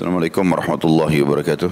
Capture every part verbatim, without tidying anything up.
Assalamualaikum warahmatullahi wabarakatuh.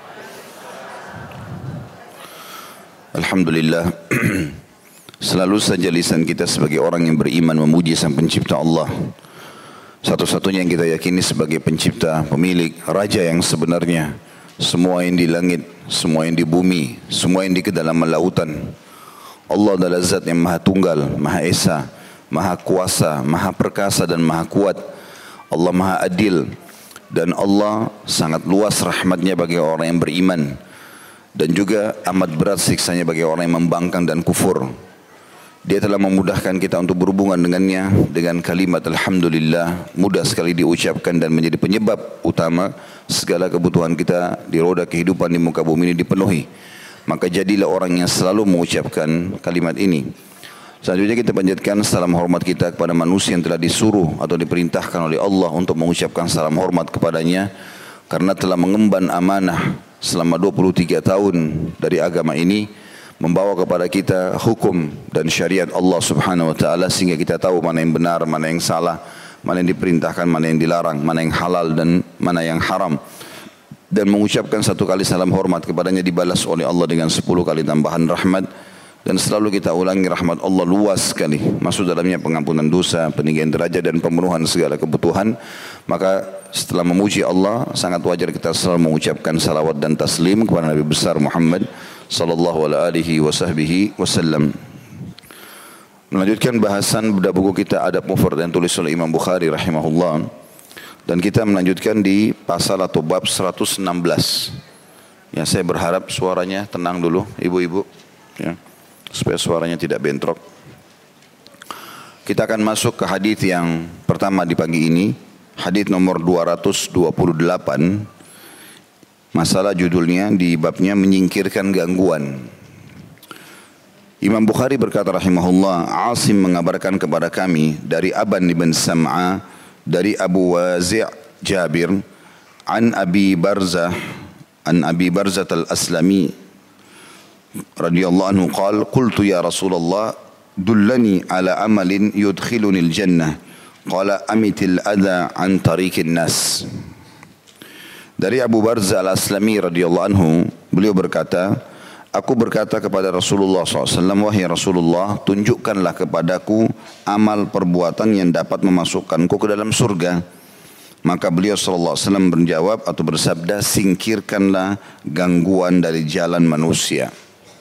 Alhamdulillah, selalu saja lisan kita sebagai orang yang beriman memuji Sang Pencipta Allah, satu-satunya yang kita yakini sebagai pencipta, pemilik, raja yang sebenarnya. Semua yang di langit, semua yang di bumi, semua yang di kedalaman lautan. Allah adalah zat yang maha tunggal, maha esa, maha kuasa, maha perkasa dan maha kuat. Allah maha adil. Dan Allah sangat luas rahmatnya bagi orang yang beriman. Dan juga amat berat siksanya bagi orang yang membangkang dan kufur. Dia telah memudahkan kita untuk berhubungan dengannya dengan kalimat Alhamdulillah. Mudah sekali diucapkan dan menjadi penyebab utama segala kebutuhan kita di roda kehidupan di muka bumi ini dipenuhi. Maka jadilah orang yang selalu mengucapkan kalimat ini. Selanjutnya kita panjatkan salam hormat kita kepada manusia yang telah disuruh atau diperintahkan oleh Allah untuk mengucapkan salam hormat kepadanya karena telah mengemban amanah selama dua puluh tiga tahun dari agama ini, membawa kepada kita hukum dan syariat Allah Subhanahu wa taala sehingga kita tahu mana yang benar, mana yang salah, mana yang diperintahkan, mana yang dilarang, mana yang halal dan mana yang haram. Dan mengucapkan satu kali salam hormat kepadanya dibalas oleh Allah dengan sepuluh kali tambahan rahmat. Dan selalu kita ulangi rahmat Allah luas sekali. Masuk dalamnya pengampunan dosa, peninggian derajat dan pemenuhan segala kebutuhan. Maka setelah memuji Allah, sangat wajar kita selalu mengucapkan salawat dan taslim kepada Nabi besar Muhammad sallallahu alaihi wasallam. Melanjutkan bahasan bedah buku kita Adab Mufrad yang tulis oleh Imam Bukhari rahimahullah. Dan kita melanjutkan di pasal atau bab seratus enam belas. Ya, saya berharap suaranya tenang dulu, ibu-ibu. Ya. Supaya suaranya tidak bentrok. Kita akan masuk ke hadis yang pertama di pagi ini, hadis nomor dua ratus dua puluh delapan. Masalah judulnya di babnya menyingkirkan gangguan. Imam Bukhari berkata rahimahullah, Asim mengabarkan kepada kami dari Aban bin Sam'a dari Abu Wazi' Jabir an Abi Barzah an Abi Barzah al-Aslami radhiyallahu anhu qala qultu ya Rasulullah dullani ala amalin yudkhiluni al-jannah qala amitil adha an tariqin nas. Dari Abu Barzah al-Aslami radhiyallahu anhu, beliau berkata, aku berkata kepada Rasulullah shallallahu alaihi wasallam, wahai Rasulullah, tunjukkanlah kepadaku amal perbuatan yang dapat memasukkanku ke dalam surga. Maka beliau shallallahu alaihi wasallam menjawab atau bersabda, singkirkanlah gangguan dari jalan manusia.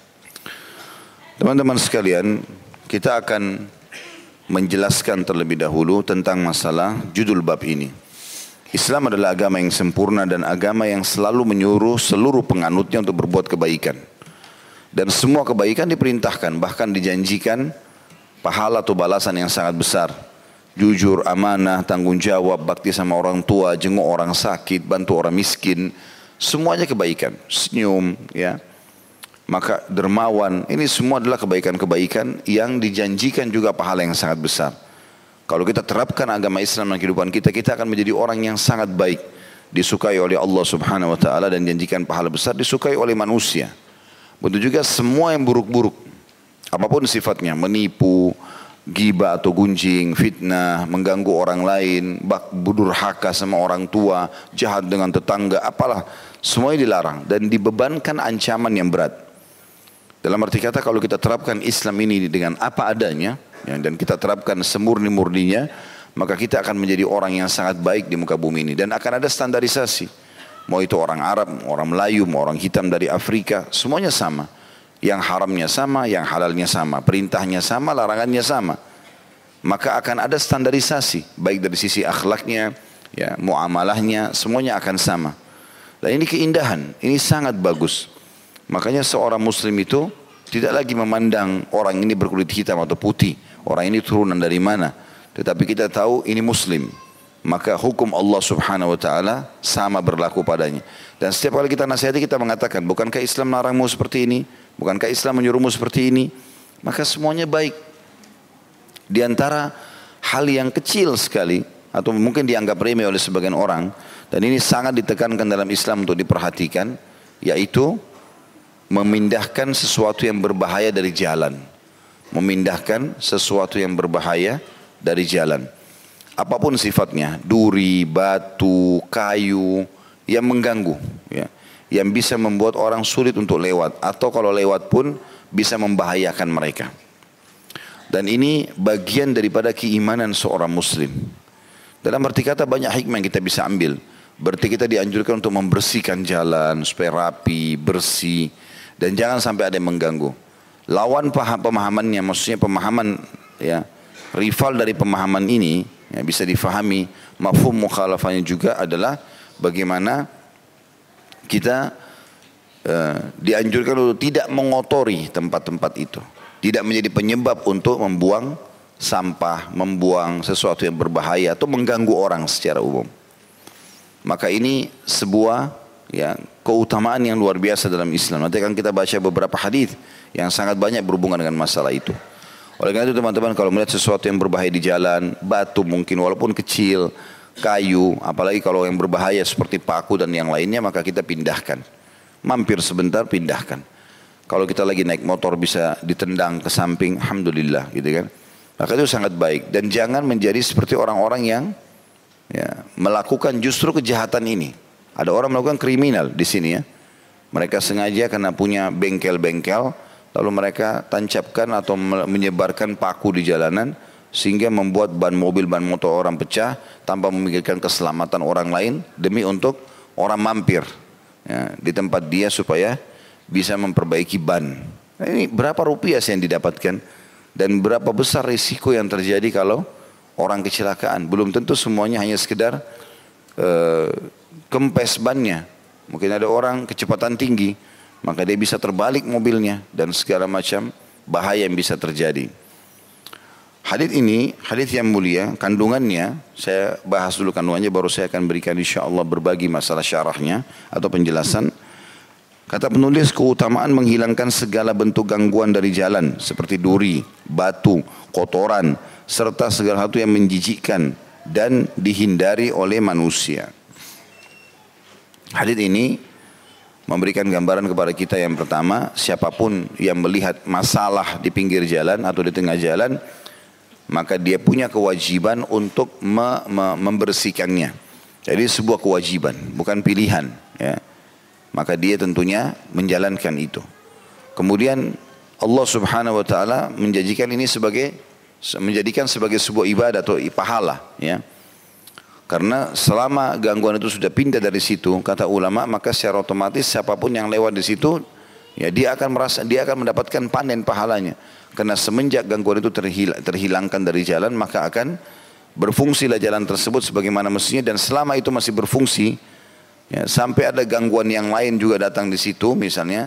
Teman-teman sekalian, kita akan menjelaskan terlebih dahulu tentang masalah judul bab ini. Islam adalah agama yang sempurna dan agama yang selalu menyuruh seluruh penganutnya untuk berbuat kebaikan. Dan semua kebaikan diperintahkan, bahkan dijanjikan pahala atau balasan yang sangat besar. Jujur, amanah, tanggung jawab, bakti sama orang tua, jenguk orang sakit, bantu orang miskin. Semuanya kebaikan. Senyum, ya. Maka dermawan, ini semua adalah kebaikan-kebaikan yang dijanjikan juga pahala yang sangat besar. Kalau kita terapkan agama Islam dalam kehidupan kita, kita akan menjadi orang yang sangat baik, disukai oleh Allah Subhanahu wa taala dan janjikan pahala besar, disukai oleh manusia. Begitu juga semua yang buruk-buruk, apapun sifatnya, menipu, ghibah atau gunjing, fitnah, mengganggu orang lain, durhaka sama orang tua, jahat dengan tetangga, apalah, semuanya dilarang dan dibebankan ancaman yang berat. Dalam arti kata kalau kita terapkan Islam ini dengan apa adanya, ya, dan kita terapkan semurni-murninya, maka kita akan menjadi orang yang sangat baik di muka bumi ini. Dan akan ada standarisasi. Mau itu orang Arab, orang Melayu, mau orang hitam dari Afrika, semuanya sama. Yang haramnya sama, yang halalnya sama. Perintahnya sama, larangannya sama. Maka akan ada standarisasi. Baik dari sisi akhlaknya, ya, muamalahnya, semuanya akan sama. Dan ini keindahan, ini sangat bagus. Makanya seorang muslim itu tidak lagi memandang orang ini berkulit hitam atau putih, orang ini turunan dari mana, tetapi kita tahu ini muslim. Maka hukum Allah Subhanahu wa taala sama berlaku padanya. Dan setiap kali kita nasihati kita mengatakan, bukankah Islam melarangmu seperti ini? Bukankah Islam menyuruhmu seperti ini? Maka semuanya baik. Di antara hal yang kecil sekali atau mungkin dianggap remeh oleh sebagian orang, dan ini sangat ditekankan dalam Islam untuk diperhatikan, yaitu memindahkan sesuatu yang berbahaya dari jalan. Memindahkan sesuatu yang berbahaya dari jalan. Apapun sifatnya, duri, batu, kayu, yang mengganggu, ya, yang bisa membuat orang sulit untuk lewat, atau kalau lewat pun bisa membahayakan mereka. Dan ini bagian daripada keimanan seorang muslim. Dalam arti kata banyak hikmah yang kita bisa ambil. Berarti kita dianjurkan untuk membersihkan jalan supaya rapi, bersih, dan jangan sampai ada yang mengganggu. Lawan paham pemahamannya, maksudnya pemahaman, ya, rival dari pemahaman ini, ya, bisa difahami. Mafhum mukhalafahnya juga adalah bagaimana kita uh, dianjurkan untuk tidak mengotori tempat-tempat itu, tidak menjadi penyebab untuk membuang sampah, membuang sesuatu yang berbahaya atau mengganggu orang secara umum. Maka ini sebuah, ya, keutamaan yang luar biasa dalam Islam. Nanti akan kita baca beberapa hadis yang sangat banyak berhubungan dengan masalah itu. Oleh karena itu teman-teman, kalau melihat sesuatu yang berbahaya di jalan, batu mungkin walaupun kecil, kayu, apalagi kalau yang berbahaya seperti paku dan yang lainnya, maka kita pindahkan. Mampir sebentar, pindahkan. Kalau kita lagi naik motor bisa ditendang ke samping, alhamdulillah, gitu kan. Maka itu sangat baik. Dan jangan menjadi seperti orang-orang yang, ya, melakukan justru kejahatan ini. Ada orang melakukan kriminal di sini, ya. Mereka sengaja karena punya bengkel-bengkel, lalu mereka tancapkan atau menyebarkan paku di jalanan sehingga membuat ban mobil, ban motor orang pecah tanpa memikirkan keselamatan orang lain demi untuk orang mampir, ya, di tempat dia supaya bisa memperbaiki ban. Nah, ini berapa rupiah sih yang didapatkan dan berapa besar risiko yang terjadi kalau orang kecelakaan. Belum tentu semuanya hanya sekedar uh, kempes bannya. Mungkin ada orang kecepatan tinggi, maka dia bisa terbalik mobilnya dan segala macam bahaya yang bisa terjadi. Hadits ini, hadits yang mulia, kandungannya, saya bahas dulu kandungannya, baru saya akan berikan insyaAllah berbagi masalah syarahnya atau penjelasan. Kata penulis, keutamaan menghilangkan segala bentuk gangguan dari jalan, seperti duri, batu, kotoran, serta segala sesuatu yang menjijikkan dan dihindari oleh manusia. Hadits ini memberikan gambaran kepada kita yang pertama, siapapun yang melihat masalah di pinggir jalan atau di tengah jalan, maka dia punya kewajiban untuk me me membersihkannya. Jadi sebuah kewajiban, bukan pilihan, ya. Maka dia tentunya menjalankan itu. Kemudian Allah Subhanahu wa taala menjanjikan ini sebagai menjadikan sebagai sebuah ibadah atau pahala, ya. Karena selama gangguan itu sudah pindah dari situ, kata ulama, maka secara otomatis siapapun yang lewat di situ, ya, dia akan merasa, dia akan mendapatkan panen pahalanya. Karena semenjak gangguan itu terhilang, terhilangkan dari jalan, maka akan berfungsilah jalan tersebut sebagaimana mestinya. Dan selama itu masih berfungsi, ya, sampai ada gangguan yang lain juga datang di situ, misalnya,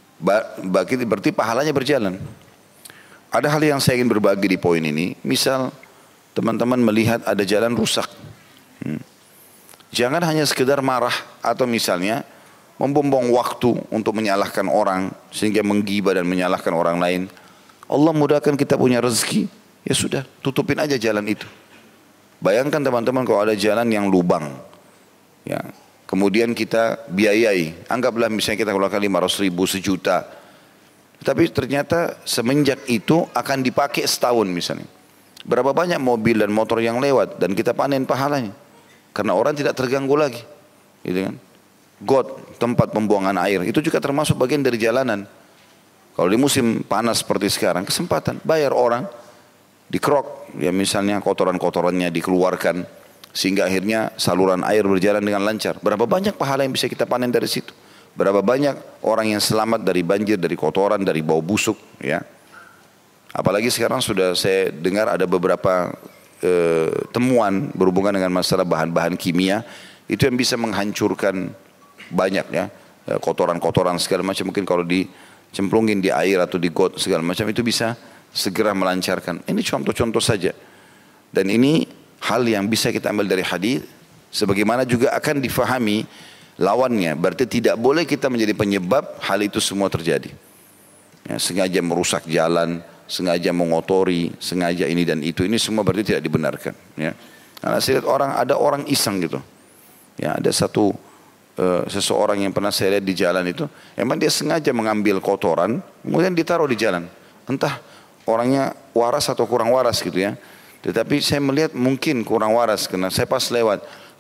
berarti pahalanya berjalan. Ada hal yang saya ingin berbagi di poin ini. Misal teman-teman melihat ada jalan rusak, Hmm. jangan hanya sekedar marah atau misalnya membuang waktu untuk menyalahkan orang sehingga menggibah dan menyalahkan orang lain. Allah mudahkan kita punya rezeki, ya sudah, tutupin aja jalan itu. Bayangkan teman-teman kalau ada jalan yang lubang, ya, kemudian kita biayai, anggaplah misalnya kita keluarkan lima ratus ribu, sejuta, tapi ternyata semenjak itu akan dipakai setahun misalnya. Berapa banyak mobil dan motor yang lewat dan kita panen pahalanya. Karena orang tidak terganggu lagi, gitu kan? Got, tempat pembuangan air, itu juga termasuk bagian dari jalanan. Kalau di musim panas seperti sekarang, kesempatan bayar orang dikerok, ya, misalnya kotoran-kotorannya dikeluarkan sehingga akhirnya saluran air berjalan dengan lancar. Berapa banyak pahala yang bisa kita panen dari situ? Berapa banyak orang yang selamat dari banjir, dari kotoran, dari bau busuk, ya? Apalagi sekarang sudah saya dengar ada beberapa E, temuan berhubungan dengan masalah bahan-bahan kimia itu yang bisa menghancurkan banyak, ya, kotoran-kotoran segala macam. Mungkin kalau dicemplungin di air atau di got segala macam itu bisa segera melancarkan. Ini contoh-contoh saja. Dan ini hal yang bisa kita ambil dari hadis, sebagaimana juga akan difahami lawannya. Berarti tidak boleh kita menjadi penyebab hal itu semua terjadi, ya, sengaja merusak jalan, sengaja mengotori, sengaja ini dan itu, ini semua berarti tidak dibenarkan, ya. Karena saya lihat orang, ada orang iseng gitu, ya, ada satu uh, seseorang yang pernah saya lihat di jalan itu, emang dia sengaja mengambil kotoran, kemudian ditaruh di jalan, entah orangnya waras atau kurang waras gitu, ya. Tetapi saya melihat mungkin kurang waras, karena saya pas lewat,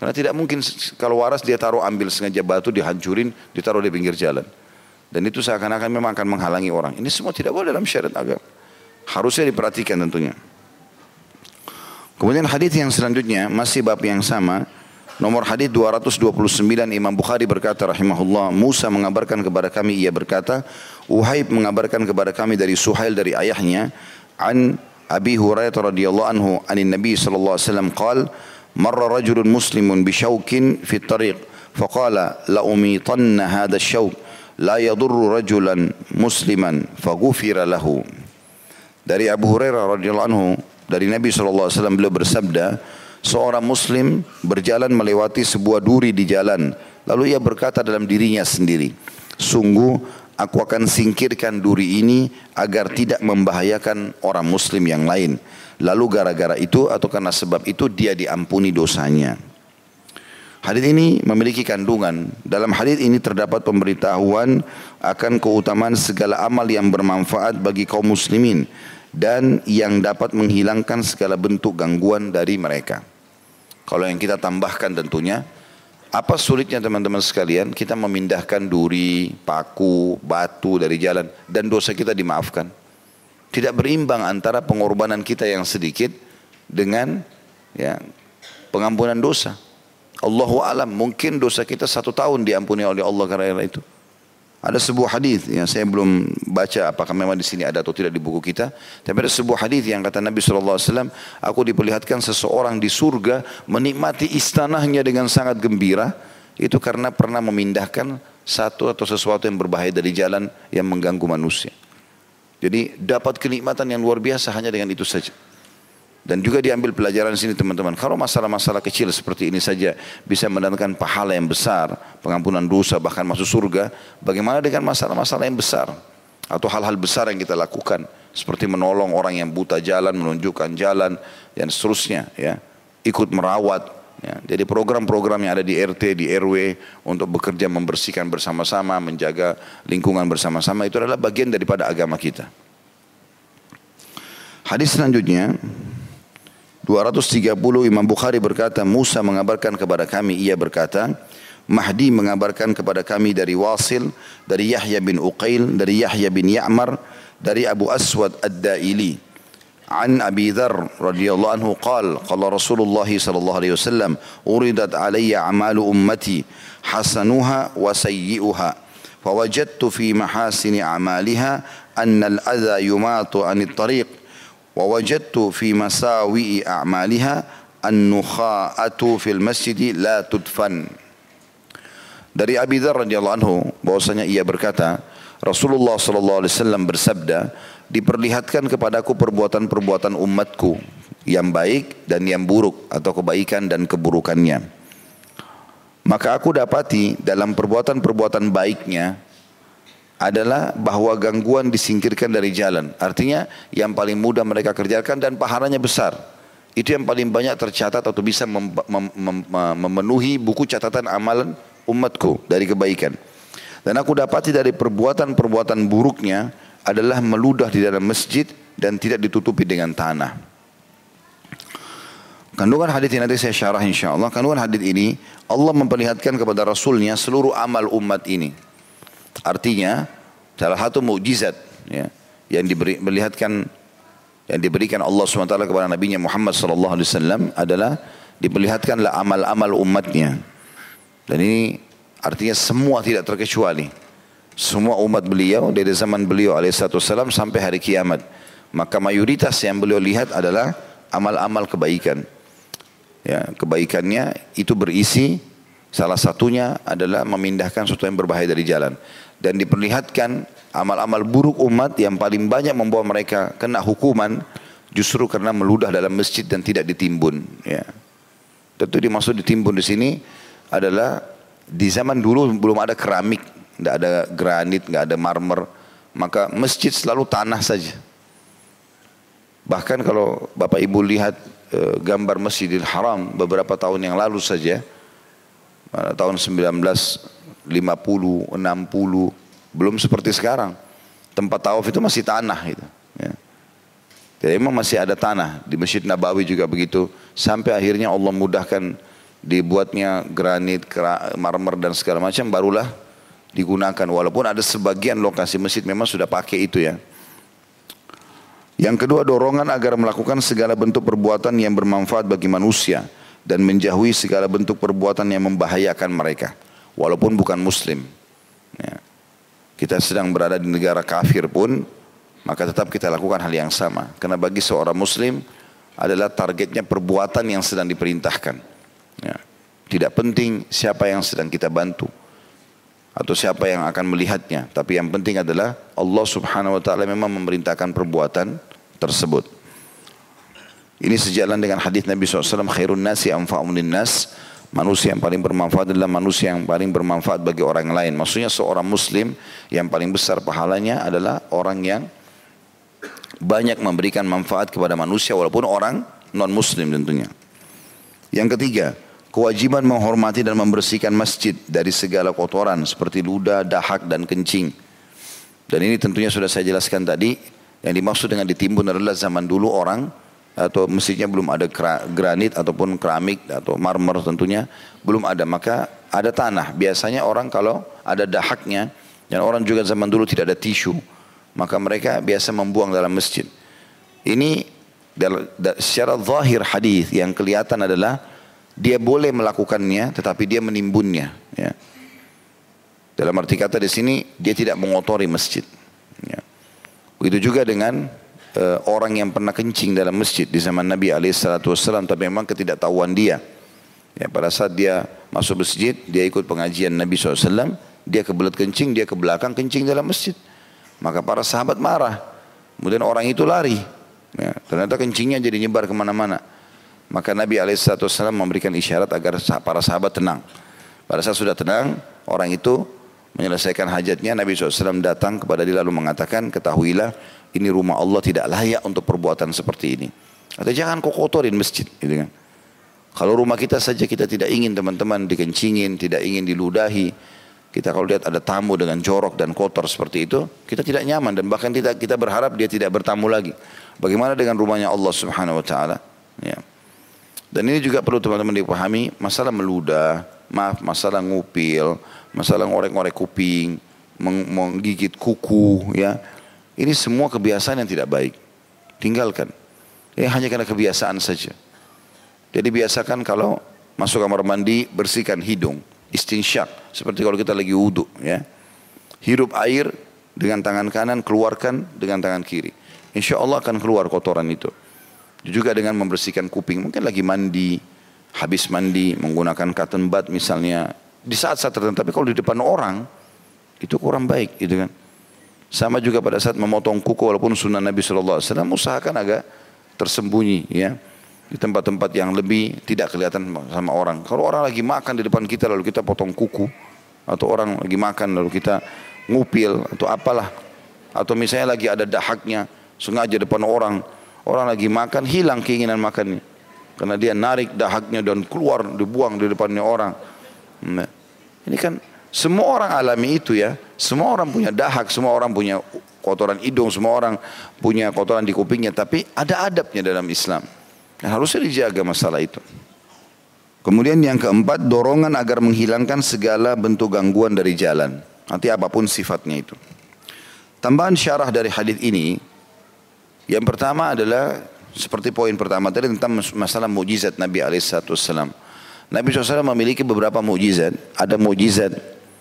Karena tidak mungkin kalau waras dia taruh ambil sengaja batu dihancurin, ditaruh di pinggir jalan. Dan itu seakan-akan memang akan menghalangi orang. Ini semua tidak boleh dalam syariat agama. Harusnya diperhatikan tentunya. Kemudian hadis yang selanjutnya masih bab yang sama. Nomor hadis dua ratus dua puluh sembilan, Imam Bukhari berkata rahimahullah, Musa mengabarkan kepada kami, ia berkata, Uhaib mengabarkan kepada kami dari Suhail dari ayahnya, an Abi Hurairah radhiyallahu anhu, anin Nabi sallallahu alaihi wasallam qala, marra rajulun muslimun bi syaukin fi at-tariq, faqala la umitanna hadha asy-syauk, la yadurru rajulan musliman, faghufira lahu. Dari Abu Hurairah radhiyallahu anhu, dari Nabi sallallahu alaihi wasallam beliau bersabda, seorang muslim berjalan melewati sebuah duri di jalan, lalu ia berkata dalam dirinya sendiri, sungguh aku akan singkirkan duri ini agar tidak membahayakan orang muslim yang lain. Lalu gara-gara itu atau karena sebab itu dia diampuni dosanya. Hadis ini memiliki kandungan. Dalam hadis ini terdapat pemberitahuan akan keutamaan segala amal yang bermanfaat bagi kaum muslimin dan yang dapat menghilangkan segala bentuk gangguan dari mereka. Kalau yang kita tambahkan tentunya, apa sulitnya teman-teman sekalian kita memindahkan duri, paku, batu dari jalan dan dosa kita dimaafkan. Tidak berimbang antara pengorbanan kita yang sedikit dengan ya, pengampunan dosa. Allahu a'lam, mungkin dosa kita satu tahun diampuni oleh Allah karena itu. Ada sebuah hadis yang saya belum baca apakah memang di sini ada atau tidak di buku kita, tapi ada sebuah hadis yang kata Nabi shallallahu alaihi wasallam, aku diperlihatkan seseorang di surga menikmati istanahnya dengan sangat gembira, itu karena pernah memindahkan satu atau sesuatu yang berbahaya dari jalan yang mengganggu manusia. Jadi dapat kenikmatan yang luar biasa hanya dengan itu saja. Dan juga diambil pelajaran sini teman-teman. Kalau masalah-masalah kecil seperti ini saja bisa mendatangkan pahala yang besar, pengampunan dosa, bahkan masuk surga, bagaimana dengan masalah-masalah yang besar atau hal-hal besar yang kita lakukan seperti menolong orang yang buta jalan, menunjukkan jalan dan seterusnya, ya, ikut merawat, ya. Jadi program-program yang ada di R T, di R W untuk bekerja membersihkan bersama-sama, menjaga lingkungan bersama-sama, itu adalah bagian daripada agama kita. Hadis selanjutnya dua ratus tiga puluh, Imam Bukhari berkata, Musa mengabarkan kepada kami, ia berkata, Mahdi mengabarkan kepada kami dari Wasil, dari Yahya bin Uqail, dari Yahya bin Ya'mar, dari Abu Aswad Ad-Daili, an Abi Dharr radhiyallahu anhu qala, qala Rasulullah sallallahu alaihi wasallam, uridat alayya amalu ummati hasanuha wa sayyi'uha, fawajadtu fi mahasini amaliha anna al-adha yumatu anit tariq, ووجدت في مساوئ أعمالها النخاءة في المسجد لا تدفن. Dari Abi Dharr radhiyallahu anhu bahwasanya ia berkata, Rasulullah sallallahu alaihi wasallam bersabda, diperlihatkan kepadaku perbuatan-perbuatan umatku yang baik dan yang buruk atau kebaikan dan keburukannya. Maka aku dapati dalam perbuatan-perbuatan baiknya adalah bahwa gangguan disingkirkan dari jalan. Artinya yang paling mudah mereka kerjakan dan pahalanya besar. Itu yang paling banyak tercatat atau bisa mem mem mem memenuhi buku catatan amalan umatku dari kebaikan. Dan aku dapati dari perbuatan-perbuatan buruknya adalah meludah di dalam masjid dan tidak ditutupi dengan tanah. Kandungan hadis ini nanti saya syarah insyaAllah. Kandungan hadis ini Allah memperlihatkan kepada Rasulnya seluruh amal umat ini. Artinya salah satu mukjizat, ya, yang diperlihatkan yang diberikan Allah subhanahu wa taala kepada Nabi Muhammad sallallahu alaihi wasallam adalah diperlihatkanlah amal-amal umatnya. Dan ini artinya semua tidak terkecuali. Semua umat beliau dari zaman beliau alaihi wasallam sampai hari kiamat. Maka mayoritas yang beliau lihat adalah amal-amal kebaikan. Ya, kebaikannya itu berisi salah satunya adalah memindahkan sesuatu yang berbahaya dari jalan. Dan diperlihatkan amal-amal buruk umat yang paling banyak membawa mereka kena hukuman justru karena meludah dalam masjid dan tidak ditimbun. Ya. Tentu dimaksud ditimbun di sini adalah di zaman dulu belum ada keramik, tidak ada granit, tidak ada marmer, maka masjid selalu tanah saja. Bahkan kalau Bapak Ibu lihat e, gambar Masjidil Haram beberapa tahun yang lalu saja, tahun sembilan belas lima puluh, enam puluh, belum seperti sekarang. Tempat tawaf itu masih tanah gitu. Ya. Jadi memang masih ada tanah. Di Masjid Nabawi juga begitu. Sampai akhirnya Allah mudahkan dibuatnya granit, marmer dan segala macam, barulah digunakan. Walaupun ada sebagian lokasi masjid memang sudah pakai itu ya. Yang kedua, dorongan agar melakukan segala bentuk perbuatan yang bermanfaat bagi manusia dan menjauhi segala bentuk perbuatan yang membahayakan mereka, walaupun bukan muslim. Ya. Kita sedang berada di negara kafir pun, maka tetap kita lakukan hal yang sama. Karena bagi seorang muslim adalah targetnya perbuatan yang sedang diperintahkan. Ya. Tidak penting siapa yang sedang kita bantu atau siapa yang akan melihatnya, tapi yang penting adalah Allah Subhanahu wa taala memang memerintahkan perbuatan tersebut. Ini sejalan dengan hadis Nabi shallallahu alaihi wasallam, khairun nasi anfa'un linnas, manusia yang paling bermanfaat adalah manusia yang paling bermanfaat bagi orang lain. Maksudnya seorang muslim yang paling besar pahalanya adalah orang yang banyak memberikan manfaat kepada manusia walaupun orang non muslim tentunya. Yang ketiga, kewajiban menghormati dan membersihkan masjid dari segala kotoran seperti ludah, dahak dan kencing. Dan ini tentunya sudah saya jelaskan tadi, yang dimaksud dengan ditimbun adalah zaman dulu orang atau masjidnya belum ada granit ataupun keramik atau marmer tentunya belum ada, maka ada tanah. Biasanya orang kalau ada dahaknya, dan orang juga zaman dulu tidak ada tisu, maka mereka biasa membuang dalam masjid. Ini secara zahir hadis yang kelihatan adalah dia boleh melakukannya, tetapi dia menimbunnya. Ya. Dalam arti kata di sini dia tidak mengotori masjid. Ya. Begitu juga dengan uh, orang yang pernah kencing dalam masjid di zaman Nabi alaihi salatu wasallam, tapi memang ketidaktahuan dia. Ya, pada saat dia masuk masjid, dia ikut pengajian Nabi shallallahu alaihi wasallam, dia kebelet kencing, dia ke belakang kencing dalam masjid. Maka para sahabat marah. Kemudian orang itu lari. Ya, ternyata kencingnya jadi nyebar kemana-mana. Maka Nabi alaihi salatu wasallam memberikan isyarat agar para sahabat tenang. Pada saat sudah tenang, orang itu menyelesaikan hajatnya. Nabi shallallahu alaihi wasallam datang kepada dia lalu mengatakan, ketahuilah ini rumah Allah, tidak layak untuk perbuatan seperti ini. Atau jangan kau kotorin masjid. Gitu kan. Kalau rumah kita saja kita tidak ingin teman-teman dikencingin, tidak ingin diludahi. Kita kalau lihat ada tamu dengan jorok dan kotor seperti itu, kita tidak nyaman dan bahkan kita, kita berharap dia tidak bertamu lagi. Bagaimana dengan rumahnya Allah Subhanahu wa taala? Ya. Dan ini juga perlu teman-teman dipahami, masalah meludah, maaf, masalah ngupil, masalah ngorek-ngorek kuping, menggigit kuku, ya. Ini semua kebiasaan yang tidak baik. Tinggalkan. Ini hanya karena kebiasaan saja. Jadi biasakan kalau masuk kamar mandi, bersihkan hidung, istinsyak, seperti kalau kita lagi wudhu, ya. Hirup air dengan tangan kanan, keluarkan dengan tangan kiri. Insya Allah akan keluar kotoran itu. Juga dengan membersihkan kuping, mungkin lagi mandi, habis mandi menggunakan cotton bud misalnya, di saat-saat tertentu. Tapi kalau di depan orang itu kurang baik, gitu kan. Sama juga pada saat memotong kuku, walaupun sunnah Nabi shallallahu alaihi wasallam, usahakan agak tersembunyi, ya, di tempat-tempat yang lebih tidak kelihatan sama orang. Kalau orang lagi makan di depan kita lalu kita potong kuku, atau orang lagi makan lalu kita ngupil atau apalah, atau misalnya lagi ada dahaknya sengaja depan orang, orang lagi makan hilang keinginan makannya karena dia narik dahaknya dan keluar dibuang di depannya orang. Nah, ini kan semua orang alami itu, ya. Semua orang punya dahak, semua orang punya kotoran hidung, semua orang punya kotoran di kupingnya, tapi ada adabnya dalam Islam. Nah, harusnya dijaga masalah itu. Kemudian yang keempat, dorongan agar menghilangkan segala bentuk gangguan dari jalan, nanti apapun sifatnya itu. Tambahan syarah dari hadis ini, yang pertama adalah seperti poin pertama tadi tentang masalah mukjizat Nabi alaihi salatu wasallam. Nabi shallallahu alaihi wasallam memiliki beberapa mukjizat. Ada mukjizat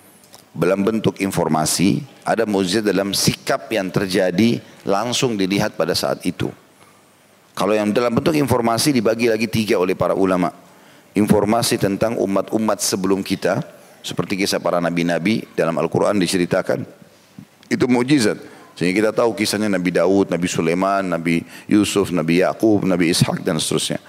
dalam bentuk informasi, ada mukjizat dalam sikap yang terjadi langsung dilihat pada saat itu. Kalau yang dalam bentuk informasi dibagi lagi tiga oleh para ulama. Informasi tentang umat-umat sebelum kita, seperti kisah para nabi-nabi dalam Al-Quran diceritakan. Itu mukjizat. Sehingga kita tahu kisahnya Nabi Daud, Nabi Sulaiman, Nabi Yusuf, Nabi Yakub, Nabi Ishak dan seterusnya.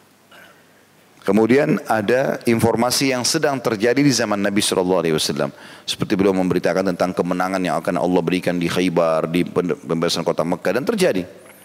Kemudian ada informasi yang sedang terjadi di zaman Nabi shallallahu alaihi wasallam. Seperti beliau memberitakan tentang kemenangan yang akan Allah berikan di Khaybar, di pembebasan kota Mekah, dan terjadi.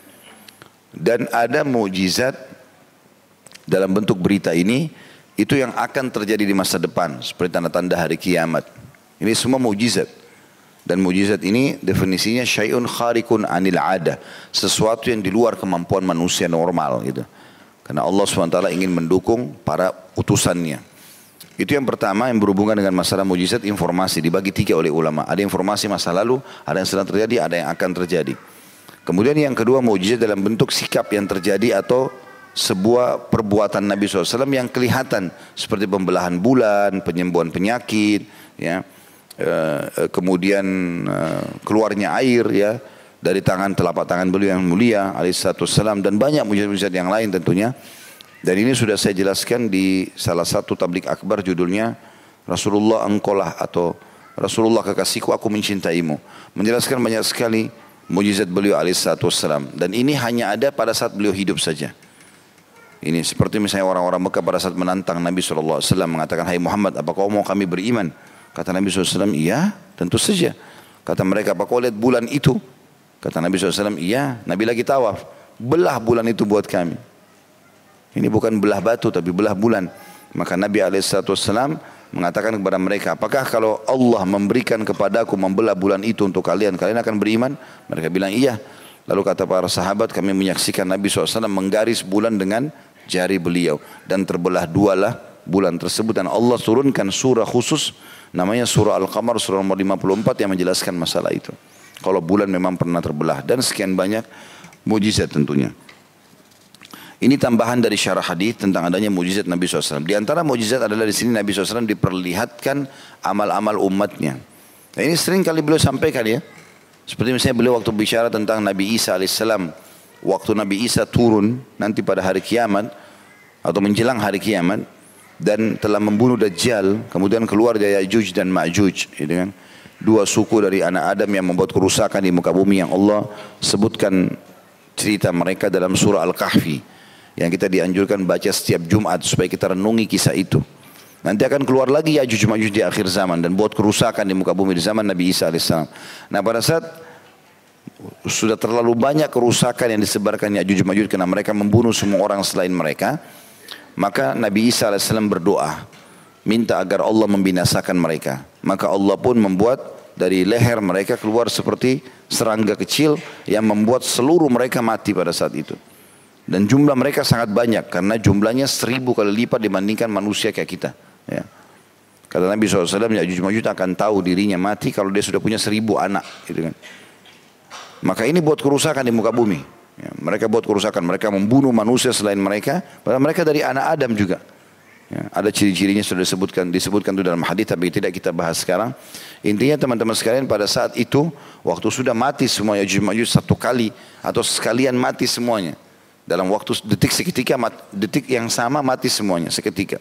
Dan ada mukjizat dalam bentuk berita ini, itu yang akan terjadi di masa depan, seperti tanda-tanda hari kiamat. Ini semua mukjizat. Dan mukjizat ini definisinya syai'un kharikun anil adah, sesuatu yang di luar kemampuan manusia normal, gitu. Karena Allah subhanahu wa taala ingin mendukung para utusannya. Itu yang pertama yang berhubungan dengan masalah mujizat, informasi dibagi tiga oleh ulama. Ada informasi masa lalu, ada yang sedang terjadi, ada yang akan terjadi. Kemudian yang kedua mujizat dalam bentuk sikap yang terjadi atau sebuah perbuatan Nabi shallallahu alaihi wasallam yang kelihatan seperti pembelahan bulan, penyembuhan penyakit, ya, e, kemudian e, keluarnya air, ya, dari tangan telapak tangan beliau yang mulia alaihissalatu wassalam, dan banyak mujizat-mujizat yang lain tentunya. Dan ini sudah saya jelaskan di salah satu tablik akbar, judulnya Rasulullah engkaulah atau Rasulullah kekasihku, aku mencintaimu. Menjelaskan banyak sekali mujizat beliau alaihissalatu wassalam. Dan ini hanya ada pada saat beliau hidup saja. Ini seperti misalnya orang-orang Mekah pada saat menantang Nabi shallallahu alaihi wasallam mengatakan, hai Muhammad, apa kau mau kami beriman? Kata Nabi shallallahu alaihi wasallam, iya tentu saja. Kata mereka, apa kau lihat bulan itu? Kata Nabi shallallahu alaihi wasallam, iya. Nabi lagi tawaf, belah bulan itu buat kami. Ini bukan belah batu tapi belah bulan. Maka Nabi alaihissalatu wassalam mengatakan kepada mereka, apakah kalau Allah memberikan kepadaku membelah bulan itu untuk kalian, kalian akan beriman? Mereka bilang iya. Lalu kata para sahabat, kami menyaksikan Nabi shallallahu alaihi wasallam menggaris bulan dengan jari beliau. Dan terbelah dualah bulan tersebut. Dan Allah turunkan surah khusus, namanya surah Al-Qamar, surah nomor lima puluh empat yang menjelaskan masalah itu. Kalau bulan memang pernah terbelah. Dan sekian banyak mujizat tentunya. Ini tambahan dari syarah hadis tentang adanya mujizat Nabi shallallahu alaihi wasallam. Di antara mujizat adalah di sini Nabi shallallahu alaihi wasallam diperlihatkan amal-amal umatnya. Nah, ini sering kali beliau sampaikan, ya. Seperti misalnya beliau waktu bicara tentang Nabi Isa alaihissalam. Waktu Nabi Isa turun nanti pada hari kiamat atau menjelang hari kiamat dan telah membunuh Dajjal, kemudian keluar dari Ya'juj dan Ma'juj, gitu kan. Dua suku dari anak Adam yang membuat kerusakan di muka bumi yang Allah sebutkan cerita mereka dalam surah Al-Kahfi. Yang kita dianjurkan baca setiap Jumat supaya kita renungi kisah itu. Nanti akan keluar lagi Ya'juj Ma'juj di akhir zaman dan buat kerusakan di muka bumi di zaman Nabi Isa alaihissalam. Nah, pada saat sudah terlalu banyak kerusakan yang disebarkan Ya'juj Ma'juj karena mereka membunuh semua orang selain mereka, maka Nabi Isa alaihissalam berdoa minta agar Allah membinasakan mereka. Maka Allah pun membuat dari leher mereka keluar seperti serangga kecil yang membuat seluruh mereka mati pada saat itu. Dan jumlah mereka sangat banyak karena jumlahnya seribu kali lipat dibandingkan manusia kayak kita, ya. Kata Nabi shallallahu alaihi wasallam, Ya'juj Ma'juj akan tahu dirinya mati kalau dia sudah punya seribu anak, gitu kan. Maka ini buat kerusakan di muka bumi, ya. Mereka buat kerusakan, mereka membunuh manusia selain mereka, padahal mereka dari anak Adam juga, ya. Ada ciri-cirinya sudah disebutkan disebutkan itu dalam hadis, tapi tidak kita bahas sekarang. Intinya teman-teman sekalian, pada saat itu waktu sudah mati semua Ya'juj Ma'juj satu kali atau sekalian mati semuanya. Dalam waktu detik seketika, detik yang sama mati semuanya seketika.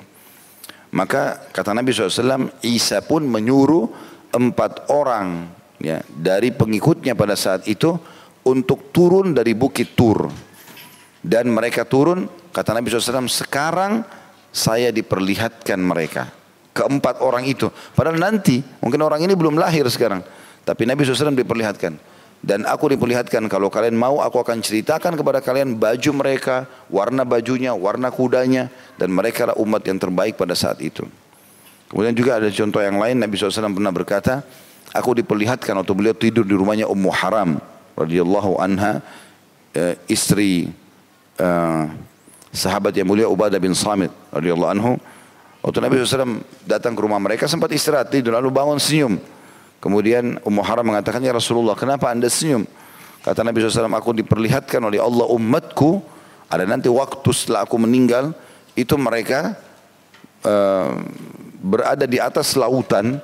Maka kata Nabi shallallahu alaihi wasallam, Isa pun menyuruh empat orang, ya, dari pengikutnya pada saat itu untuk turun dari bukit Tur. Dan mereka turun, kata Nabi shallallahu alaihi wasallam, sekarang saya diperlihatkan mereka. Keempat orang itu. Padahal nanti, mungkin orang ini belum lahir sekarang. Tapi Nabi shallallahu alaihi wasallam diperlihatkan. Dan aku diperlihatkan kalau kalian mau aku akan ceritakan kepada kalian baju mereka, warna bajunya, warna kudanya. Dan mereka adalah umat yang terbaik pada saat itu. Kemudian juga ada contoh yang lain, Nabi shallallahu alaihi wasallam pernah berkata, aku diperlihatkan waktu beliau tidur di rumahnya Ummu Haram radhiyallahu anha, istri uh, sahabat yang mulia Ubadah bin Samit radhiyallahu anhu. Waktu Nabi shallallahu alaihi wasallam datang ke rumah mereka sempat istirahat tidur lalu bangun senyum. Kemudian Ummu Haram mengatakan, ya Rasulullah, kenapa anda senyum? Kata Nabi shallallahu alaihi wasallam, aku diperlihatkan oleh Allah umatku, ada nanti waktu setelah aku meninggal, itu mereka uh, berada di atas lautan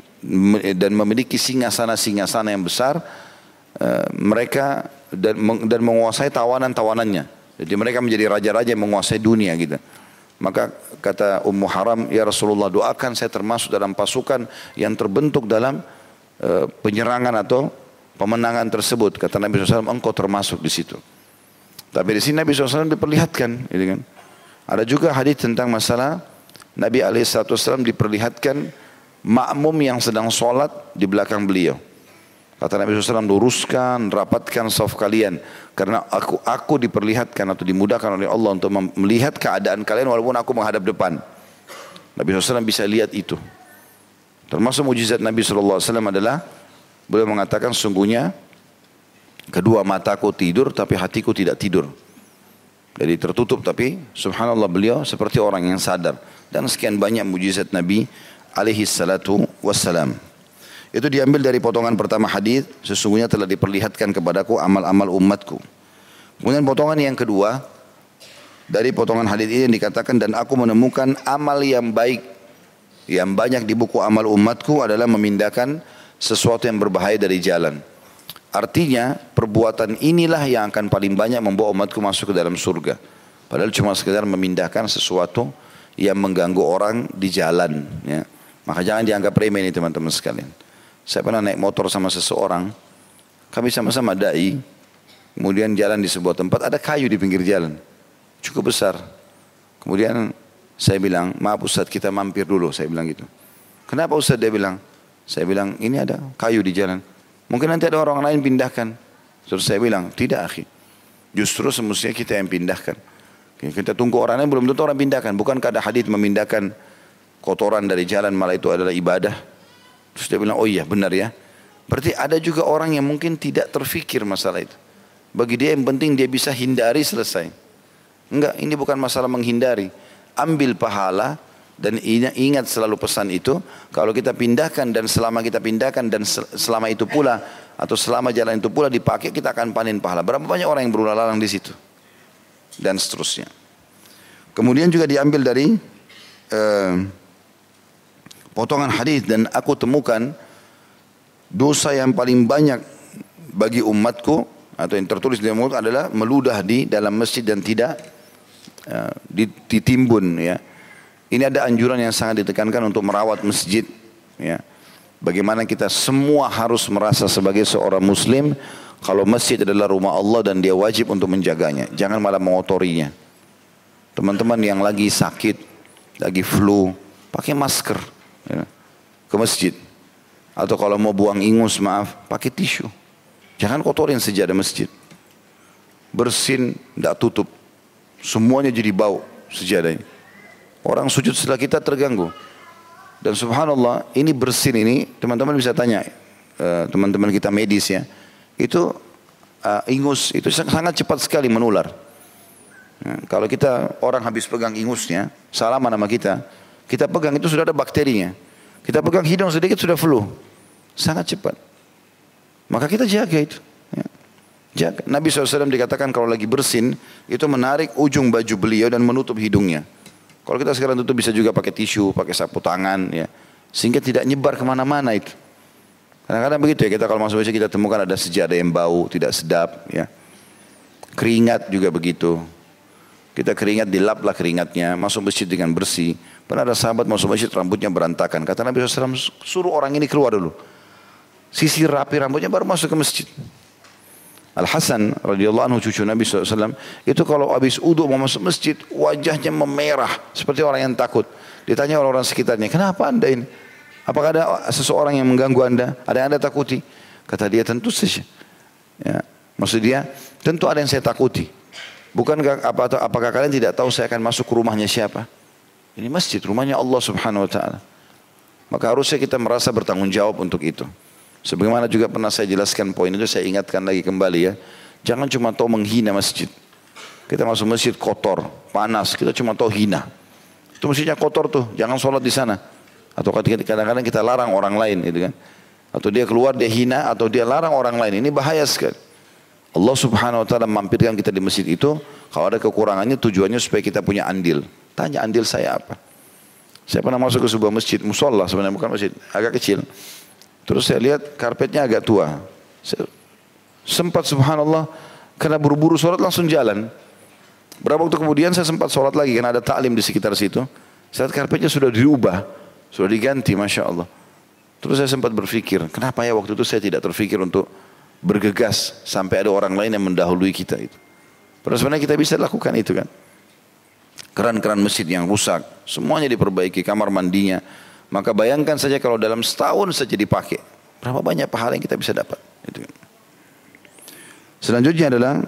dan memiliki singgasana-singgasana yang besar, uh, mereka dan, dan menguasai tawanan-tawanannya. Jadi mereka menjadi raja-raja yang menguasai dunia gitu. Maka kata Ummu Haram, ya Rasulullah, doakan saya termasuk dalam pasukan yang terbentuk dalam uh, penyerangan atau pemenangan tersebut. Kata Nabi shallallahu alaihi wasallam, engkau termasuk di situ. Tapi di sini Nabi shallallahu alaihi wasallam diperlihatkan, gitu kan. Ada juga hadis tentang masalah Nabi alaihi wasallam diperlihatkan makmum yang sedang sholat di belakang beliau. Kata Nabi shallallahu alaihi wasallam, luruskan, rapatkan saf kalian. Karena aku aku diperlihatkan atau dimudahkan oleh Allah untuk melihat keadaan kalian walaupun aku menghadap depan. Nabi shallallahu alaihi wasallam bisa lihat itu. Termasuk mujizat Nabi shallallahu alaihi wasallam adalah beliau mengatakan, sungguhnya kedua mataku tidur tapi hatiku tidak tidur. Jadi tertutup, tapi subhanallah beliau seperti orang yang sadar. Dan sekian banyak mujizat Nabi alaihi salatu wassalam. Itu diambil dari potongan pertama hadis, sesungguhnya telah diperlihatkan kepadaku amal-amal umatku. Kemudian potongan yang kedua, dari potongan hadis ini dikatakan, dan aku menemukan amal yang baik, yang banyak di buku amal umatku adalah memindahkan sesuatu yang berbahaya dari jalan. Artinya perbuatan inilah yang akan paling banyak membawa umatku masuk ke dalam surga. Padahal cuma sekedar memindahkan sesuatu yang mengganggu orang di jalan. Ya. Maka jangan dianggap remeh ini teman-teman sekalian. Saya pernah naik motor sama seseorang. Kami sama-sama dai. Kemudian jalan di sebuah tempat, ada kayu di pinggir jalan. Cukup besar. Kemudian saya bilang, maaf Ustaz, kita mampir dulu. Saya bilang gitu. Kenapa Ustaz? Dia bilang. Saya bilang, ini ada kayu di jalan. Mungkin nanti ada orang lain pindahkan. Terus saya bilang, tidak akhi. Justru semestinya kita yang pindahkan. Kita tunggu orang lain, belum tentu orang pindahkan. Bukankah ada hadis memindahkan kotoran dari jalan malah itu adalah ibadah? Terus dia bilang, oh iya benar ya. Berarti ada juga orang yang mungkin tidak terfikir masalah itu. Bagi dia yang penting dia bisa hindari, selesai. Enggak, ini bukan masalah menghindari. Ambil pahala. Dan ingat selalu pesan itu, kalau kita pindahkan dan selama kita pindahkan dan selama itu pula atau selama jalan itu pula dipakai, kita akan panen pahala. Berapa banyak orang yang berulang lalang di situ dan seterusnya. Kemudian juga diambil dari uh, potongan hadis, dan aku temukan dosa yang paling banyak bagi umatku atau yang tertulis di mulut adalah meludah di dalam masjid dan tidak uh, ditimbun, ya. Ini ada anjuran yang sangat ditekankan untuk merawat masjid. Ya. Bagaimana kita semua harus merasa sebagai seorang muslim, kalau masjid adalah rumah Allah dan dia wajib untuk menjaganya. Jangan malah mengotorinya. Teman-teman yang lagi sakit, lagi flu, pakai masker ya, ke masjid. Atau kalau mau buang ingus, maaf, pakai tisu. Jangan kotorin sejadah masjid. Bersin, tidak tutup. Semuanya jadi bau sejadahnya. Orang sujud setelah kita terganggu. Dan subhanallah, ini bersin ini, teman-teman bisa tanya, teman-teman uh, kita medis ya, itu uh, ingus, itu sangat cepat sekali menular. Nah, kalau kita, orang habis pegang ingusnya, salaman sama kita, kita pegang itu sudah ada bakterinya. Kita pegang hidung sedikit sudah flu. Sangat cepat. Maka kita jaga itu. Ya. Jaga. Nabi shallallahu alaihi wasallam dikatakan kalau lagi bersin, itu menarik ujung baju beliau dan menutup hidungnya. Kalau kita sekarang tutup bisa juga pakai tisu, pakai sapu tangan, ya, sehingga tidak nyebar kemana-mana itu. Kadang-kadang begitu ya, kita kalau masuk masjid kita temukan ada sejadah yang bau, tidak sedap, ya. Keringat juga begitu. Kita keringat, dilaplah keringatnya, masuk masjid dengan bersih. Pernah ada sahabat masuk masjid rambutnya berantakan. Kata Nabi shallallahu alaihi wasallam, suruh orang ini keluar dulu. Sisir rapi rambutnya baru masuk ke masjid. Al-Hasan radhiyallahu anhu cucu Nabi shallallahu alaihi wasallam itu kalau habis uduk mau masuk masjid wajahnya memerah seperti orang yang takut. Ditanya oleh orang sekitarnya, kenapa anda ini? Apakah ada seseorang yang mengganggu anda? Ada yang anda takuti? Kata dia, tentu saja. Ya, maksud dia, tentu ada yang saya takuti. Bukankah apa, apakah kalian tidak tahu saya akan masuk ke rumahnya siapa? Ini masjid, rumahnya Allah subhanahu wa ta'ala. Maka harusnya kita merasa bertanggung jawab untuk itu. Sebagaimana juga pernah saya jelaskan poin itu, saya ingatkan lagi kembali ya. Jangan cuma tahu menghina masjid. Kita masuk masjid kotor, panas, kita cuma tahu hina. Itu masjidnya kotor tuh, jangan sholat di sana. Atau kadang-kadang kita larang orang lain gitu kan. Atau dia keluar dia hina, atau dia larang orang lain. Ini bahaya sekali. Allah subhanahu wa ta'ala memampirkan kita di masjid itu. Kalau ada kekurangannya tujuannya supaya kita punya andil. Tanya andil saya apa. Saya pernah masuk ke sebuah masjid, musola sebenarnya bukan masjid, agak kecil. Terus saya lihat karpetnya agak tua. Saya sempat subhanallah, karena buru-buru sholat langsung jalan. Berapa waktu kemudian saya sempat sholat lagi, karena ada taklim di sekitar situ. Saat karpetnya sudah diubah, sudah diganti, Masya Allah. Terus saya sempat berpikir, kenapa ya waktu itu saya tidak terpikir untuk bergegas sampai ada orang lain yang mendahului kita itu. Padahal sebenarnya kita bisa lakukan itu kan. Keran-keran masjid yang rusak, semuanya diperbaiki, kamar mandinya. Maka bayangkan saja kalau dalam setahun saja dipakai, berapa banyak pahala yang kita bisa dapat. Itu. Selanjutnya adalah